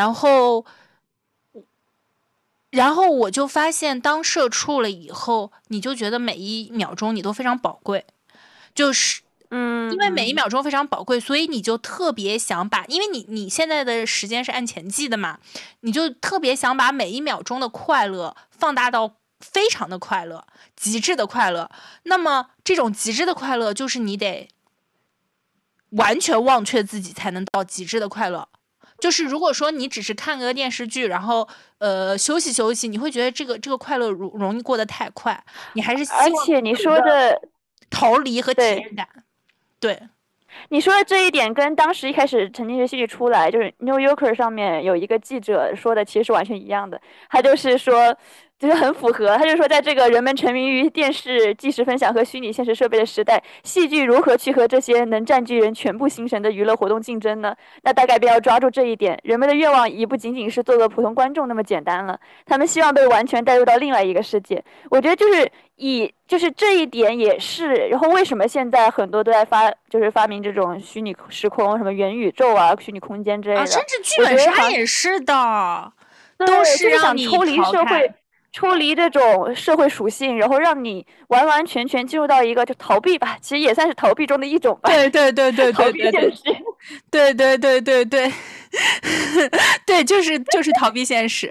然后我就发现，当社畜了以后，你就觉得每一秒钟你都非常宝贵，就是因为每一秒钟非常宝贵，所以你就特别想把，因为你现在的时间是按钱计的嘛，你就特别想把每一秒钟的快乐放大到非常的快乐，极致的快乐。那么这种极致的快乐，就是你得完全忘却自己才能到极致的快乐。就是如果说你只是看个电视剧，然后休息，你会觉得这个快乐容易过得太快，你还是希望而且你说的逃离和体验感，对。 你说的这一点跟当时一开始沉浸式戏剧出来，就是《New Yorker》上面有一个记者说的，其实是完全一样的。他就是说，就是很符合。他就说，在这个人们沉迷于电视、即时分享和虚拟现实设备的时代，戏剧如何去和这些能占据人全部心神的娱乐活动竞争呢？那大概便要抓住这一点。人们的愿望已不仅仅是做个普通观众那么简单了，他们希望被完全带入到另外一个世界。我觉得就是这一点也是，然后为什么现在很多都在发明这种虚拟时空，什么元宇宙啊、虚拟空间之类的， 甚至剧本杀也是的，都是让你抽离社会，抽离这种社会属性，然后让你完完全全进入到一个就逃避吧，其实也算是逃避中的一种吧。 对， 逃避现实。 对对对对对，对，就是逃避现实。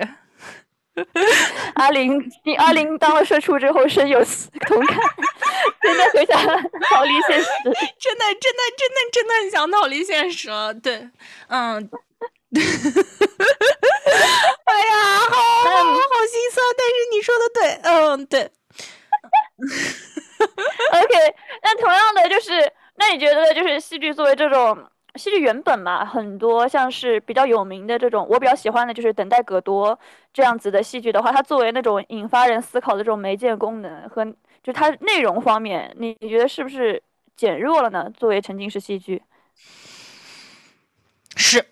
阿玲当了社畜之后深有同感，真的很想逃离现实， 真的很想逃离现实了。对，哎呀，好心酸，但是你说的对，对。 OK， 那同样的就是，那你觉得就是戏剧作为这种戏剧原本嘛，很多像是比较有名的这种，我比较喜欢的就是《等待戈多》这样子的戏剧的话，它作为那种引发人思考的这种媒介功能和就它内容方面，你觉得是不是减弱了呢？作为沉浸式戏剧， 是。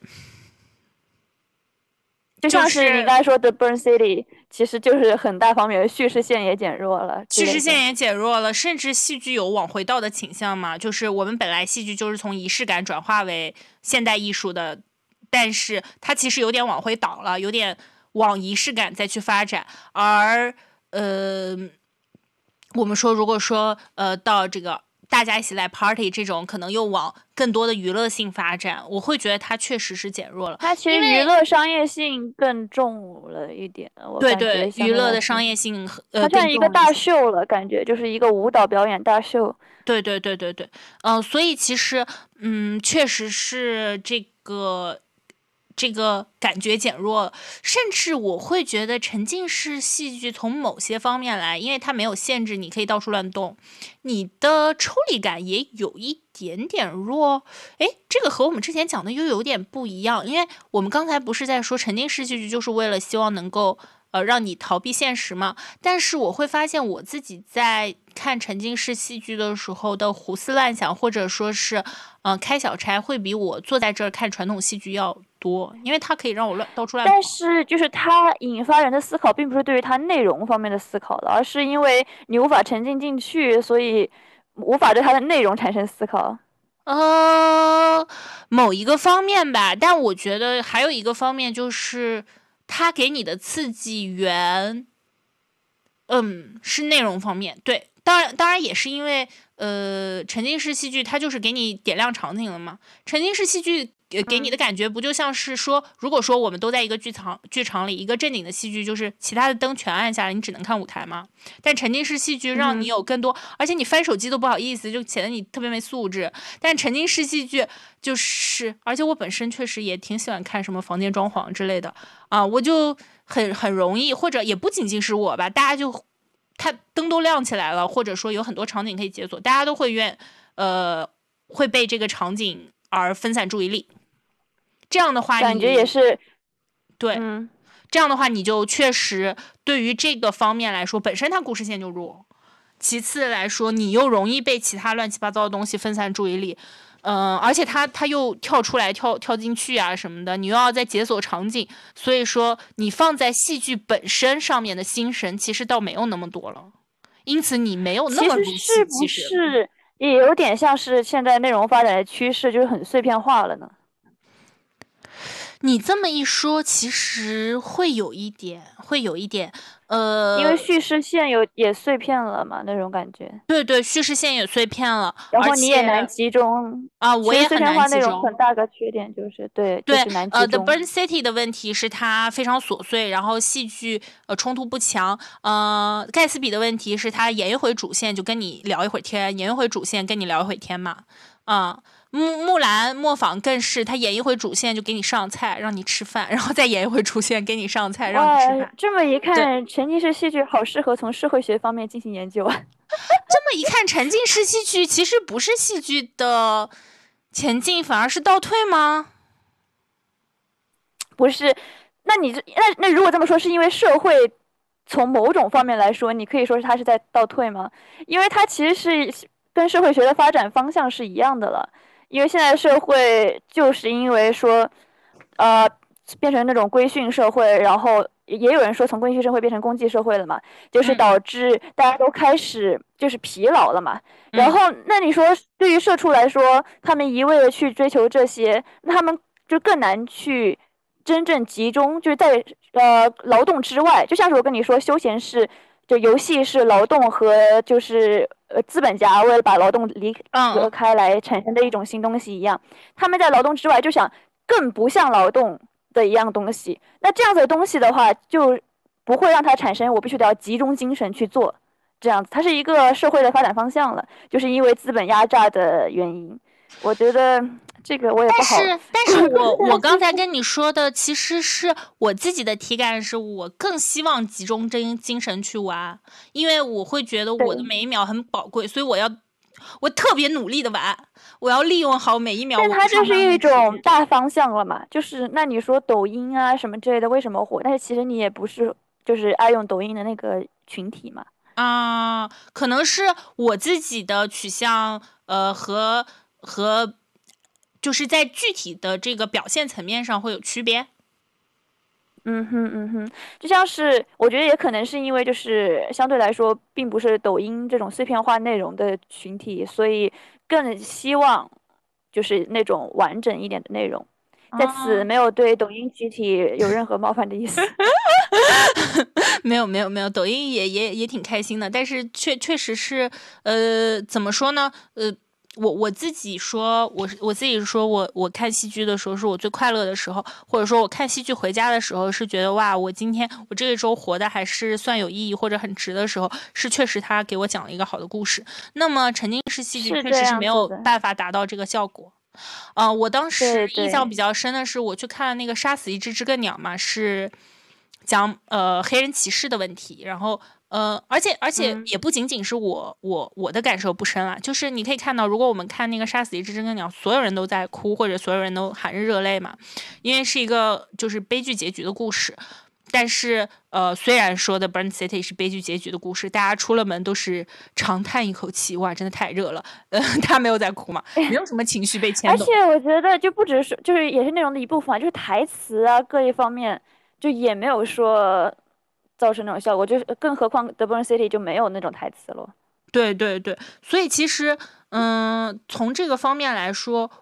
就像是你刚才说的《Burn City》，其实就是很大方面的叙事线也减弱了， 叙事线也减弱了，甚至戏剧有往回倒的倾向嘛？就是我们本来戏剧就是从仪式感转化为现代艺术的，但是它其实有点往回倒了，有点往仪式感再去发展。而我们说如果说到这个大家一起来 party 这种，可能又往更多的娱乐性发展，我会觉得它确实是减弱了。 它其实娱乐商业性更重了一点，我感觉对，娱乐的商业性它像一个大秀了，感觉就是一个舞蹈表演大秀。 对，所以其实确实是这个感觉减弱了，甚至我会觉得沉浸式戏剧从某些方面来，因为它没有限制，你可以到处乱动，你的抽离感也有一点点弱。诶，这个和我们之前讲的又有点不一样，因为我们刚才不是在说沉浸式戏剧就是为了希望能够让你逃避现实嘛？但是我会发现我自己在看沉浸式戏剧的时候的胡思乱想，或者说是开小差，会比我坐在这儿看传统戏剧要多，因为它可以让我到处乱跑。 但是就是它引发人的思考，并不是对于它内容方面的思考了，而是因为你无法沉浸进去，所以无法对它的内容产生思考。 某一个方面吧，但我觉得还有一个方面就是它给你的刺激源，是内容方面。对，当然也是因为沉浸式戏剧它就是给你点亮场景了嘛。沉浸式戏剧给你的感觉不就像是说，如果说我们都在一个剧场里，一个正经的戏剧就是其他的灯全暗下来，你只能看舞台嘛。但沉浸式戏剧让你有更多，而且你翻手机都不好意思，就显得你特别没素质。但沉浸式戏剧就是，而且我本身确实也挺喜欢看什么房间装潢之类的啊，我就很容易，或者也不仅仅是我吧，大家就它灯都亮起来了，或者说有很多场景可以解锁，大家都会会被这个场景而分散注意力。这样的话， 感觉也是对，这样的话你就确实对于这个方面来说，本身它故事线就弱，其次来说你又容易被其他乱七八糟的东西分散注意力。而且它又跳出来跳进去啊什么的，你又要再解锁场景，所以说你放在戏剧本身上面的心神其实倒没有那么多了，因此你没有那么入戏。 是不是也有点像是现在内容发展的趋势，就是很碎片化了呢？ 你这么一说，其实会有一点， 因为叙事线也碎片了嘛，那种感觉。 对，叙事线也碎片了， 然后你也难集中啊，我也很难集中。 内容很大个缺点就是对， 就是难集中。 The Burn City 的问题是它非常琐碎，然后戏剧冲突不强。盖茨比的问题是它演一回主线就跟你聊一会儿天，演一回主线跟你聊一会儿天嘛。木兰磨坊更是他演一回主线就给你上菜让你吃饭，然后再演一回主线给你上菜让你吃饭。 这么一看，沉浸式戏剧好适合从社会学方面进行研究啊。 这么一看，沉浸式戏剧其实不是戏剧的前进，反而是倒退吗？ 不是，那如果这么说，是因为社会从某种方面来说，你可以说是它是在倒退吗？因为它其实是跟社会学的发展方向是一样的了。因为现在社会就是因为说，变成那种规训社会，然后也有人说从规训社会变成公济社会了嘛，就是导致大家都开始就是疲劳了嘛。然后那你说对于社畜来说，他们一味的去追求这些，那他们就更难去真正集中，就是在劳动之外，就像是我跟你说，休闲是就游戏是劳动和就是资本家为了把劳动隔嗯， 开来产生的一种新东西一样，他们在劳动之外就想更不像劳动的一样东西。那这样子的东西的话，就不会让它产生我必须得要集中精神去做这样子，它是一个社会的发展方向了，就是因为资本压榨的原因。我觉得这个我也不好但是我刚才跟你说的，其实是我自己的体感，是我更希望集中精神去玩，因为我会觉得我的对。 每一秒很宝贵，所以我特别努力的玩，我要利用好每一秒但我不上它就是一班的时间。 种大方向了嘛，就是那你说抖音啊什么之类的为什么火？但是其实你也不是就是爱用抖音的那个群体嘛。 啊，可能是我自己的取向，和就是在具体的这个表现层面上会有区别。 嗯哼嗯哼，就像是我觉得也可能是因为就是相对来说并不是抖音这种碎片化内容的群体，所以更希望就是那种完整一点的内容。在此啊， 没有对抖音集体有任何冒犯的意思。 没有，抖音也挺开心的，但是确实是，怎么说呢？我自己说，我自己说我看戏剧的时候是我最快乐的时候，或者说我看戏剧回家的时候是觉得哇，我今天我这一周活的还是算有意义或者很值的时候，是确实他给我讲了一个好的故事。那么沉浸式戏剧是这确实是没有样子的。 办法达到这个效果。我当时对对。 印象比较深的是，我去看了那个《杀死一只知更鸟》嘛，是讲黑人歧视的问题，然后而且嗯。 也不仅仅是我的感受不深啦，就是你可以看到，如果我们看那个《杀死一只知更鸟》，所有人都在哭，或者所有人都含着热泪嘛，因为是一个就是悲剧结局的故事。但是，虽然说的《Burn City》是悲剧结局的故事，大家出了门都是长叹一口气，哇，真的太热了。他没有在哭嘛，没有什么情绪被牵动。 而且我觉得就不只是就是也是内容的一部分啊，就是台词啊各一方面就也没有说造成那种效果，就是更何况《The Burn City》就没有那种台词了。 对对对，所以其实，从这个方面来说，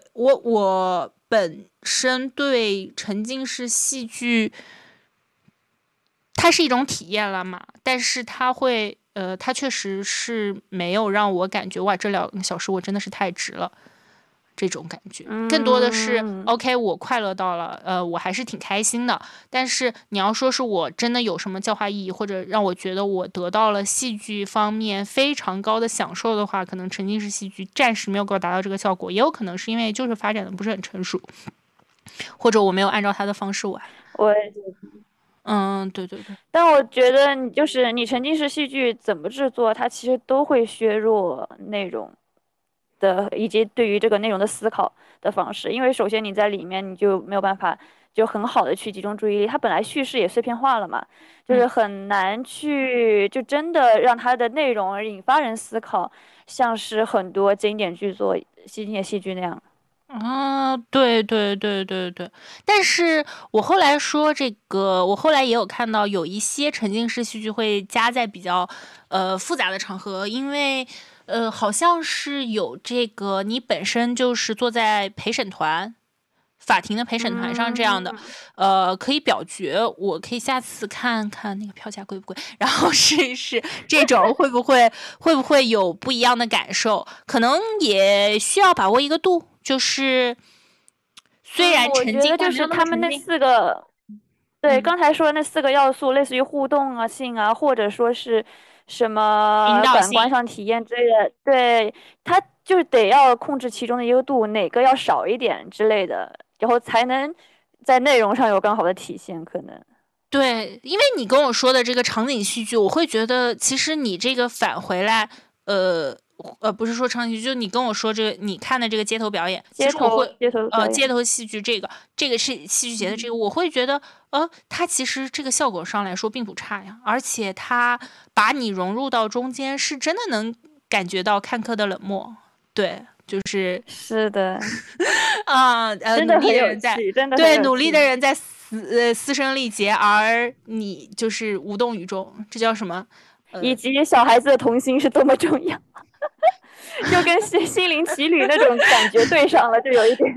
我本身对沉浸式戏剧，它是一种体验了嘛，但是它确实是没有让我感觉哇，这2个小时我真的是太值了。这种感觉，更多的是嗯。 OK，我快乐到了，我还是挺开心的。但是你要说是我真的有什么教化意义，或者让我觉得我得到了戏剧方面非常高的享受的话，可能沉浸式戏剧暂时没有给我达到这个效果，也有可能是因为就是发展的不是很成熟，或者我没有按照它的方式玩。 我也觉得。 嗯，对对对， 但我觉得你就是你沉浸式戏剧怎么制作，它其实都会削弱内容的，以及对于这个内容的思考的方式。因为首先你在里面你就没有办法就很好的去集中注意力，它本来叙事也碎片化了嘛，就是嗯。 很难去就真的让它的内容引发人思考，像是很多经典剧作、经典戏剧那样。 对对对对对，但是我后来说这个，我后来也有看到有一些沉浸式戏剧会加在比较复杂的场合，因为好像是有这个你本身就是坐在陪审团。法庭的陪审团上这样的， 嗯。 可以表决，我可以下次看看那个票价贵不贵，然后试一试这种会不会有不一样的感受，可能也需要把握一个度，就是虽然我沉浸， 觉得就是但没有那么他们那沉浸。 四个，对， 嗯， 刚才说的那四个要素，类似于互动啊、性啊，或者说是什引导性。 么感官上体验之类的，对，它就是得要控制其中的一个度，哪个要少一点之类的，然后才能在内容上有更好的体现，可能。 对，因为你跟我说的这个场景戏剧，我会觉得其实你这个返回来，呃不是说场景戏剧，就你跟我说这个你看的这个街头表演，其街实我会头街头表演。 街头戏剧这个是戏剧节的这个， 嗯。 我会觉得它其实这个效果上来说并不差呀，而且它把你融入到中间，是真的能感觉到看客的冷漠，对，就是是的。 努真的很力的人在有趣，真的很对努力的有趣。 人在嘶声力竭，而你就是无动于衷，这叫什么？ 以及小孩子的童心是多么重要。就跟心灵奇旅那种感觉对上了，就有一点。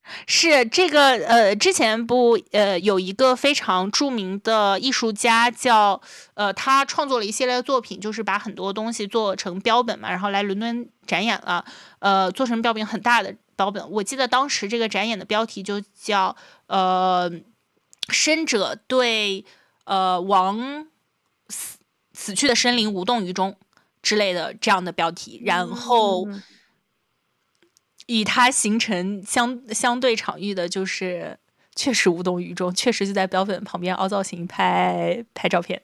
是这个之前有一个非常著名的艺术家叫他创作了一系列的作品，就是把很多东西做成标本嘛，然后来伦敦展演了，做成标本很大的标本。我记得当时这个展演的标题就叫生者对亡死去的生灵无动于衷之类的这样的标题，然后以它形成相对场域的就是确实无动于衷，确实就在标本旁边凹造型拍照片。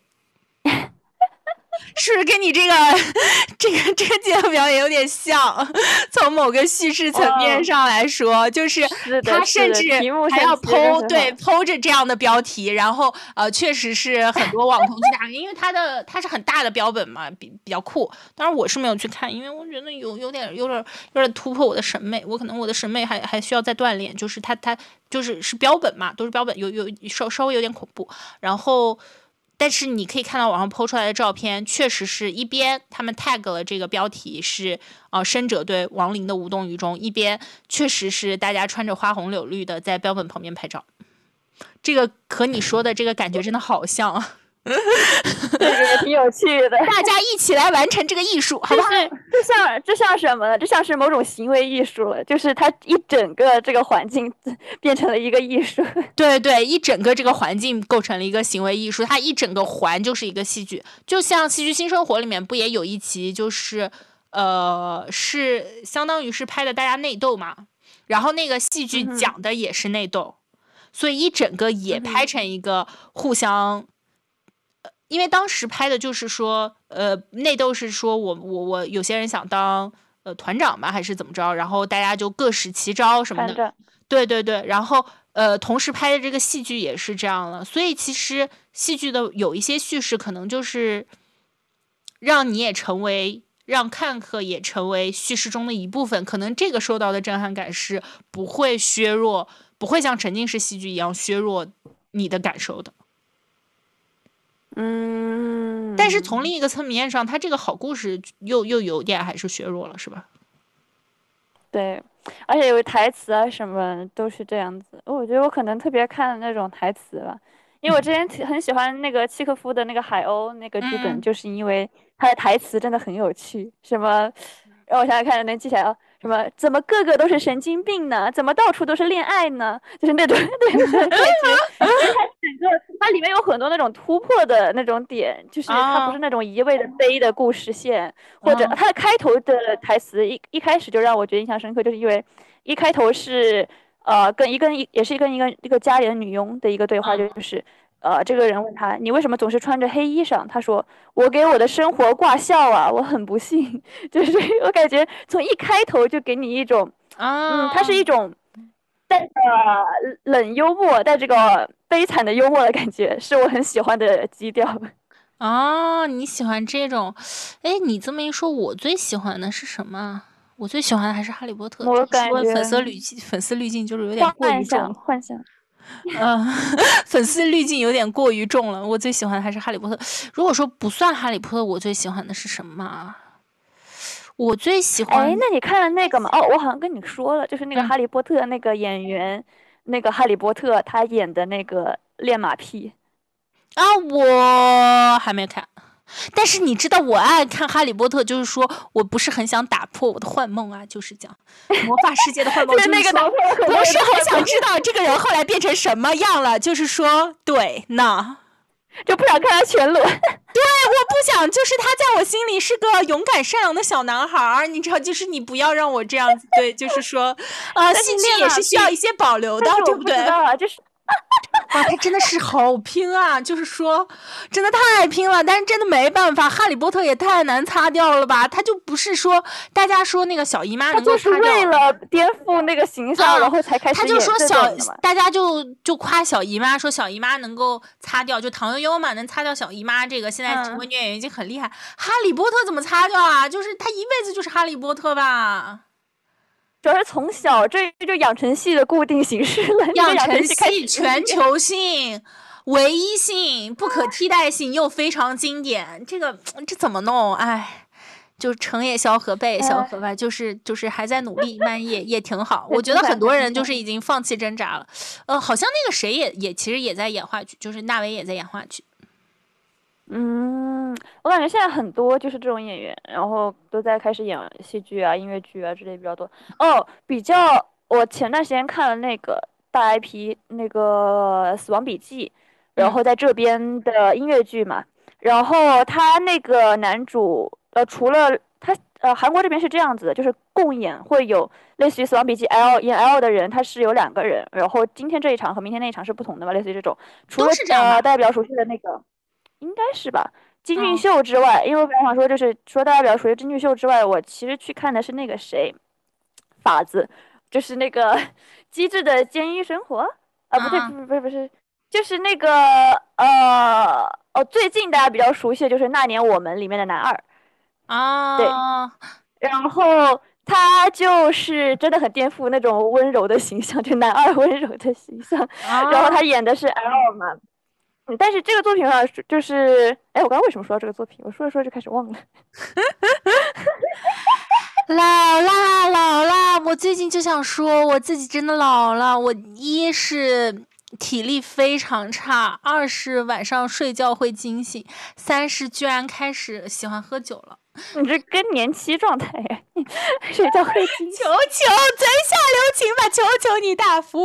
是不是跟你这个节目表演有点像？从某个叙事层面上来说，就是他甚至还要剖着这样的标题，然后确实是很多网红去打，因为它是很大的标本嘛，比较酷。当然我是没有去看，因为我觉得有点突破我的审美，可能我的审美还需要再锻炼。就是它是标本嘛，都是标本，稍微有点恐怖，然后。但是你可以看到网上 po 出来的照片，确实是一边他们 tag 了这个标题是生者对亡灵的无动于衷，一边确实是大家穿着花红柳绿的在标本旁边拍照。这个和你说的这个感觉真的好像啊。 这个也挺有趣的， 大家一起来完成这个艺术，好不好？ 这像什么呢？这像是某种行为艺术了，就是它一整个这个环境变成了一个艺术。 对，一整个这个环境构成了一个行为艺术，它一整个环就是一个戏剧。就像《戏剧新生活》里面不也有一集，就是是相当于是拍的大家内斗嘛，然后那个戏剧讲的也是内斗，所以一整个也拍成一个互相。因为当时拍的就是说，内斗是说我有些人想当团长吧，还是怎么着，然后大家就各使其招什么的。对，然后同时拍的这个戏剧也是这样了，所以其实戏剧的有一些叙事可能就是让你也成为，让看客也成为叙事中的一部分，可能这个受到的震撼感是不会削弱，不会像沉浸式戏剧一样削弱你的感受的。但是从另一个层面上，它这个好故事又有点还是削弱了，是吧？ 对，而且有台词啊什么都是这样子。我觉得我可能特别看那种台词吧，因为我之前很喜欢那个契诃夫的那个《海鸥》那个剧本，就是因为他的台词真的很有趣。什么，让我想想看能记起来啊。什么？怎么个个都是神经病呢？怎么到处都是恋爱呢？就是那种对，因为它里面有很多那种突破的那种点，就是它不是那种一味的悲的故事线，或者它的开头的台词一开始就让我觉得印象深刻，就是因为一开头是跟一个家里的女佣的一个对话，就是这个人问他你为什么总是穿着黑衣裳？他说我给我的生活挂孝啊，我很不幸。就是我感觉从一开头就给你一种它是一种带着冷幽默，带这个悲惨的幽默的感觉，是我很喜欢的基调。 你喜欢这种？哎，你这么一说，我最喜欢的是什么？我最喜欢的还是哈利波特。 我感觉粉丝滤镜就是有点过于重， 幻想。 粉丝滤镜有点过于重了。我最喜欢的还是哈利波特。如果说不算哈利波特，我最喜欢的是什么？我最喜欢。 那你看了那个吗？我好像跟你说了，就是那个哈利波特那个演员，那个哈利波特他演的那个练马屁我还没看。但是你知道我爱看哈利波特，就是说我不是很想打破我的幻梦啊，就是讲魔法世界的幻梦，就是说不是很想知道这个人后来变成什么样了，就是说对，那就不想看他全裸。对，我不想，就是他在我心里是个勇敢善良的小男孩，你知道，就是你不要让我这样子，对，就是说戏剧也是需要一些保留的，对不对？ 就是他真的是好拼啊！就是说，真的太拼了，但是真的没办法，哈利波特也太难擦掉了吧？他就不是说大家说那个小姨妈能够擦掉， 他就是为了颠覆那个形象，然后才开始演这种的嘛。 他就说大家就夸小姨妈，说小姨妈能够擦掉，就唐悠悠嘛能擦掉小姨妈这个，现在成为女演员已经很厉害。哈利波特怎么擦掉啊？就是他一辈子就是哈利波特吧。 主要是从小这就养成系的固定形式了， 养成系全球性、唯一性、不可替代性又非常经典，这怎么弄？哎， 就成也萧何，败也萧何吧，就是还在努力，慢也挺好。我觉得很多人就是已经放弃挣扎了。好像那个谁也其实也在演话剧，就是纳维也在演话剧。 我感觉现在很多就是这种演员，然后都在开始演戏剧啊、音乐剧啊之类比较多。我前段时间看了那个大 IP 那个《死亡笔记》，然后在这边的音乐剧嘛，然后他那个男主除了他韩国这边是这样子的，就是共演会有类似于《死亡笔记》演 L 的人，他是有2个人，然后今天这一场和明天那一场是不同的嘛，类似于这种。除了大家比较熟悉的那个，应该是吧？金俊秀之外，因为我本来想说，就是说大家比较熟悉金俊秀之外，我其实去看的是那个谁，法子，就是那个机智的监狱生活啊，不对，不是，就是那个最近大家比较熟悉的就是《那年我们》里面的男二啊， 对，然后他就是真的很颠覆那种温柔的形象，就男二温柔的形象，然后他演的是 L 嘛。但是这个作品啊，就是，哎，我刚刚为什么说到这个作品？我说着说着就开始忘了。 老啦！我最近就想说，我自己真的老了。我一是体力非常差，2是晚上睡觉会惊醒，3是居然开始喜欢喝酒了。 你这更年期状态呀！睡觉会惊醒。 求求嘴下留情吧，求求你大夫！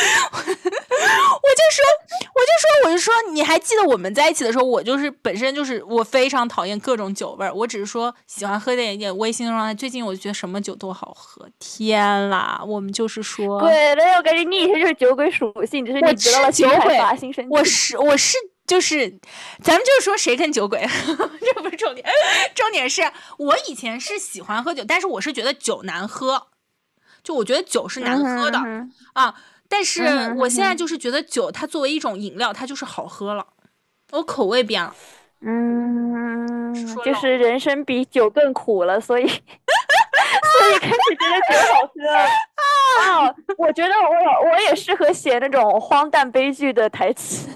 我就说，你还记得我们在一起的时候，我就是本身就是我非常讨厌各种酒味儿，我只是说喜欢喝点微醺的状态。最近我就觉得什么酒都好喝，天啦！我们就是说， 对了，我感觉你以前就是酒鬼属性，只是你得到了酒鬼， 新生。 我是就是，咱们就是说谁更酒鬼，这不是重点，重点是我以前是喜欢喝酒，但是我是觉得酒难喝，就我觉得酒是难喝的啊。但是我现在就是觉得酒它作为一种饮料，它就是好喝了，我口味变了。 就是人生比酒更苦了，所以开始觉得酒好喝了。我觉得我也适合写那种荒诞悲剧的台词。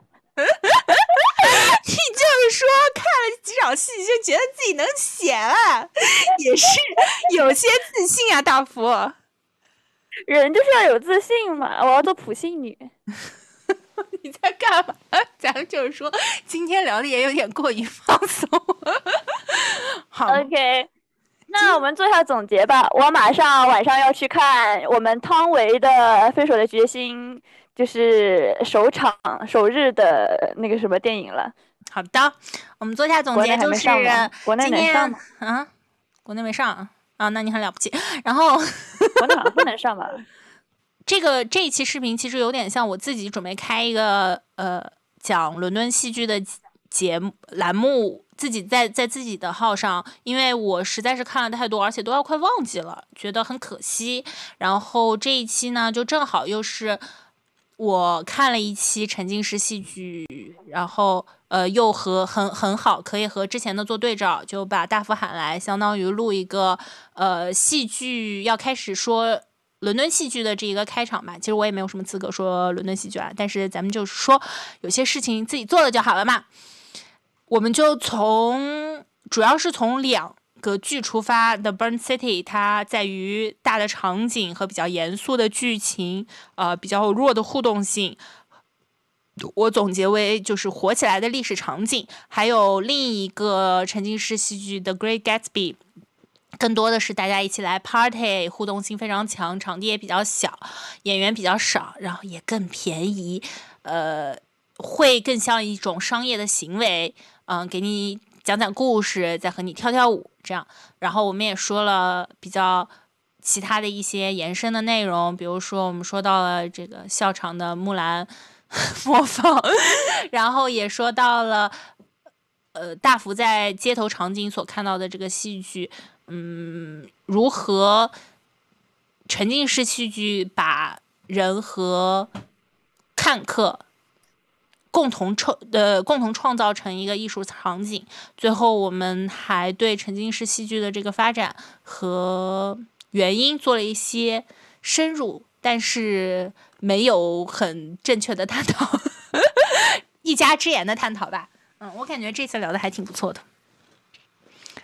你就是说看了几场戏就觉得自己能写了，也是有些自信啊，大福。 人就是要有自信嘛，我要做普信女。 你在干嘛？咱们就是说今天聊的也有点过于放松。好 ，OK， 那我们做一下总结吧。我马上晚上要去看我们汤唯的《分手的决心》，就是首日的那个什么电影了。 好的，我们做一下总结，就是国内能上吗？ 啊，国内没上啊，那你很了不起。然后国内好像不能上吧？ 这一期视频其实有点像我自己准备开一个讲伦敦戏剧的节目栏目，自己在自己的号上，因为我实在是看了太多，而且都要快忘记了，觉得很可惜。然后这一期呢，就正好又是我看了一期沉浸式戏剧，然后又很好，可以和之前的做对照，就把大福喊来，相当于录一个戏剧要开始说伦敦戏剧的这一个开场吧。其实我也没有什么资格说伦敦戏剧啊，但是咱们就是说有些事情自己做了就好了嘛。我们就主要是从2个剧出发的 Burn City， 它在于大的场景和比较严肃的剧情，比较弱的互动性。我总结为就是火起来的历史场景，还有另一个沉浸式戏剧的 Great Gatsby。更多的是大家一起来 party， 互动性非常强，场地也比较小，演员比较少，然后也更便宜，会更像一种商业的行为，给你讲讲故事，再和你跳跳舞这样。然后我们也说了比较其他的一些延伸的内容，比如说我们说到了这个笑场的木兰模仿，然后也说到了大福在街头场景所看到的这个戏剧。如何沉浸式戏剧把人和看客共同创造成一个艺术场景。最后我们还对沉浸式戏剧的这个发展和原因做了一些深入但是没有很正确的探讨一家之言的探讨吧。我感觉这次聊的还挺不错的。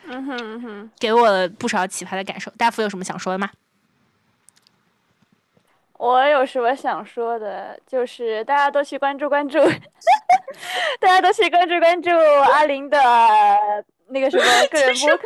给我了不少启发的感受。大夫有什么想说的吗？ 我有什么想说的，就是大家都去关注关注，大家都去关注阿玲的那个什么个人播客。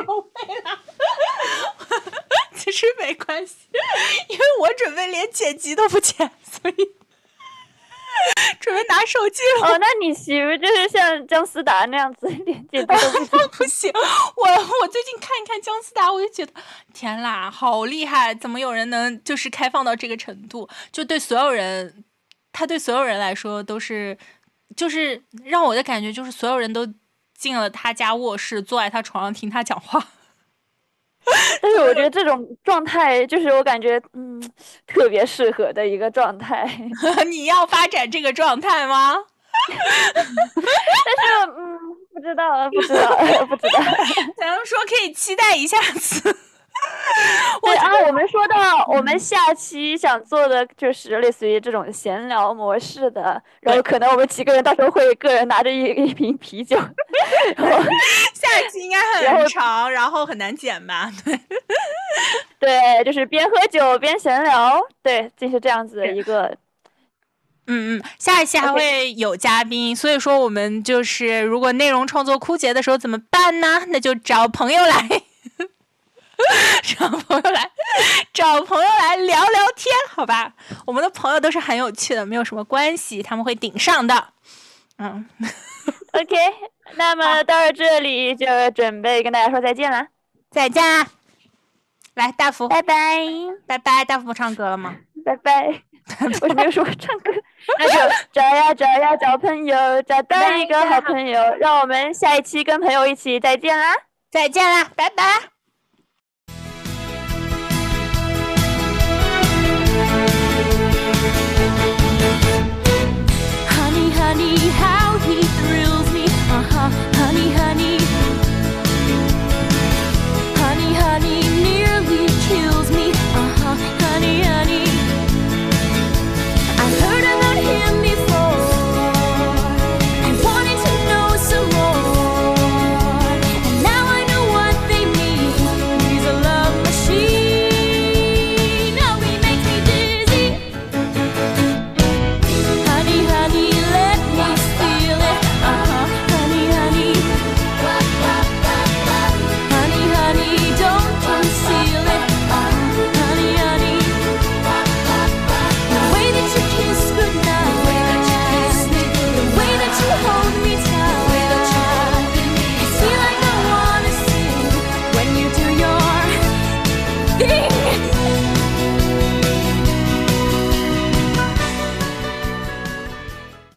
其实没关系，因为我准备连剪辑都不剪，所以准备拿手机了。 哦，那你媳妇就是像姜思达那样子，连剪辑都不剪？ 不行，我最近看一看姜思达，我就觉得天啦，好厉害！怎么有人能就是开放到这个程度？就对所有人，他对所有人来说都是，就是让我的感觉就是所有人都进了他家卧室，坐在他床上听他讲话。 但是我觉得这种状态就是我感觉特别适合的一个状态。 你要发展这个状态吗？ 但是不知道。 咱们说可以期待一下子。 我们说到我们下期想做的就是类似于这种闲聊模式的，然后可能我们几个人到时候会个人拿着一瓶啤酒，然后下期应该很长，然后很难剪吧？ 对，就是边喝酒边闲聊，对，就是这样子的一个。 下一期还会有嘉宾，所以说我们就是如果内容创作枯竭的时候怎么办呢？那就找朋友来。找朋友来聊聊天，好吧？我们的朋友都是很有趣的，没有什么关系，他们会顶上的。 OK， 那么到了这里就准备跟大家说再见了。 再见啦！来，大福， 拜拜， 拜拜。大福不唱歌了吗？ 拜拜。为什么又说唱歌？那就找呀找朋友，找到一个好朋友，让我们下一期跟朋友一起再见啦！ 再见啦，拜拜。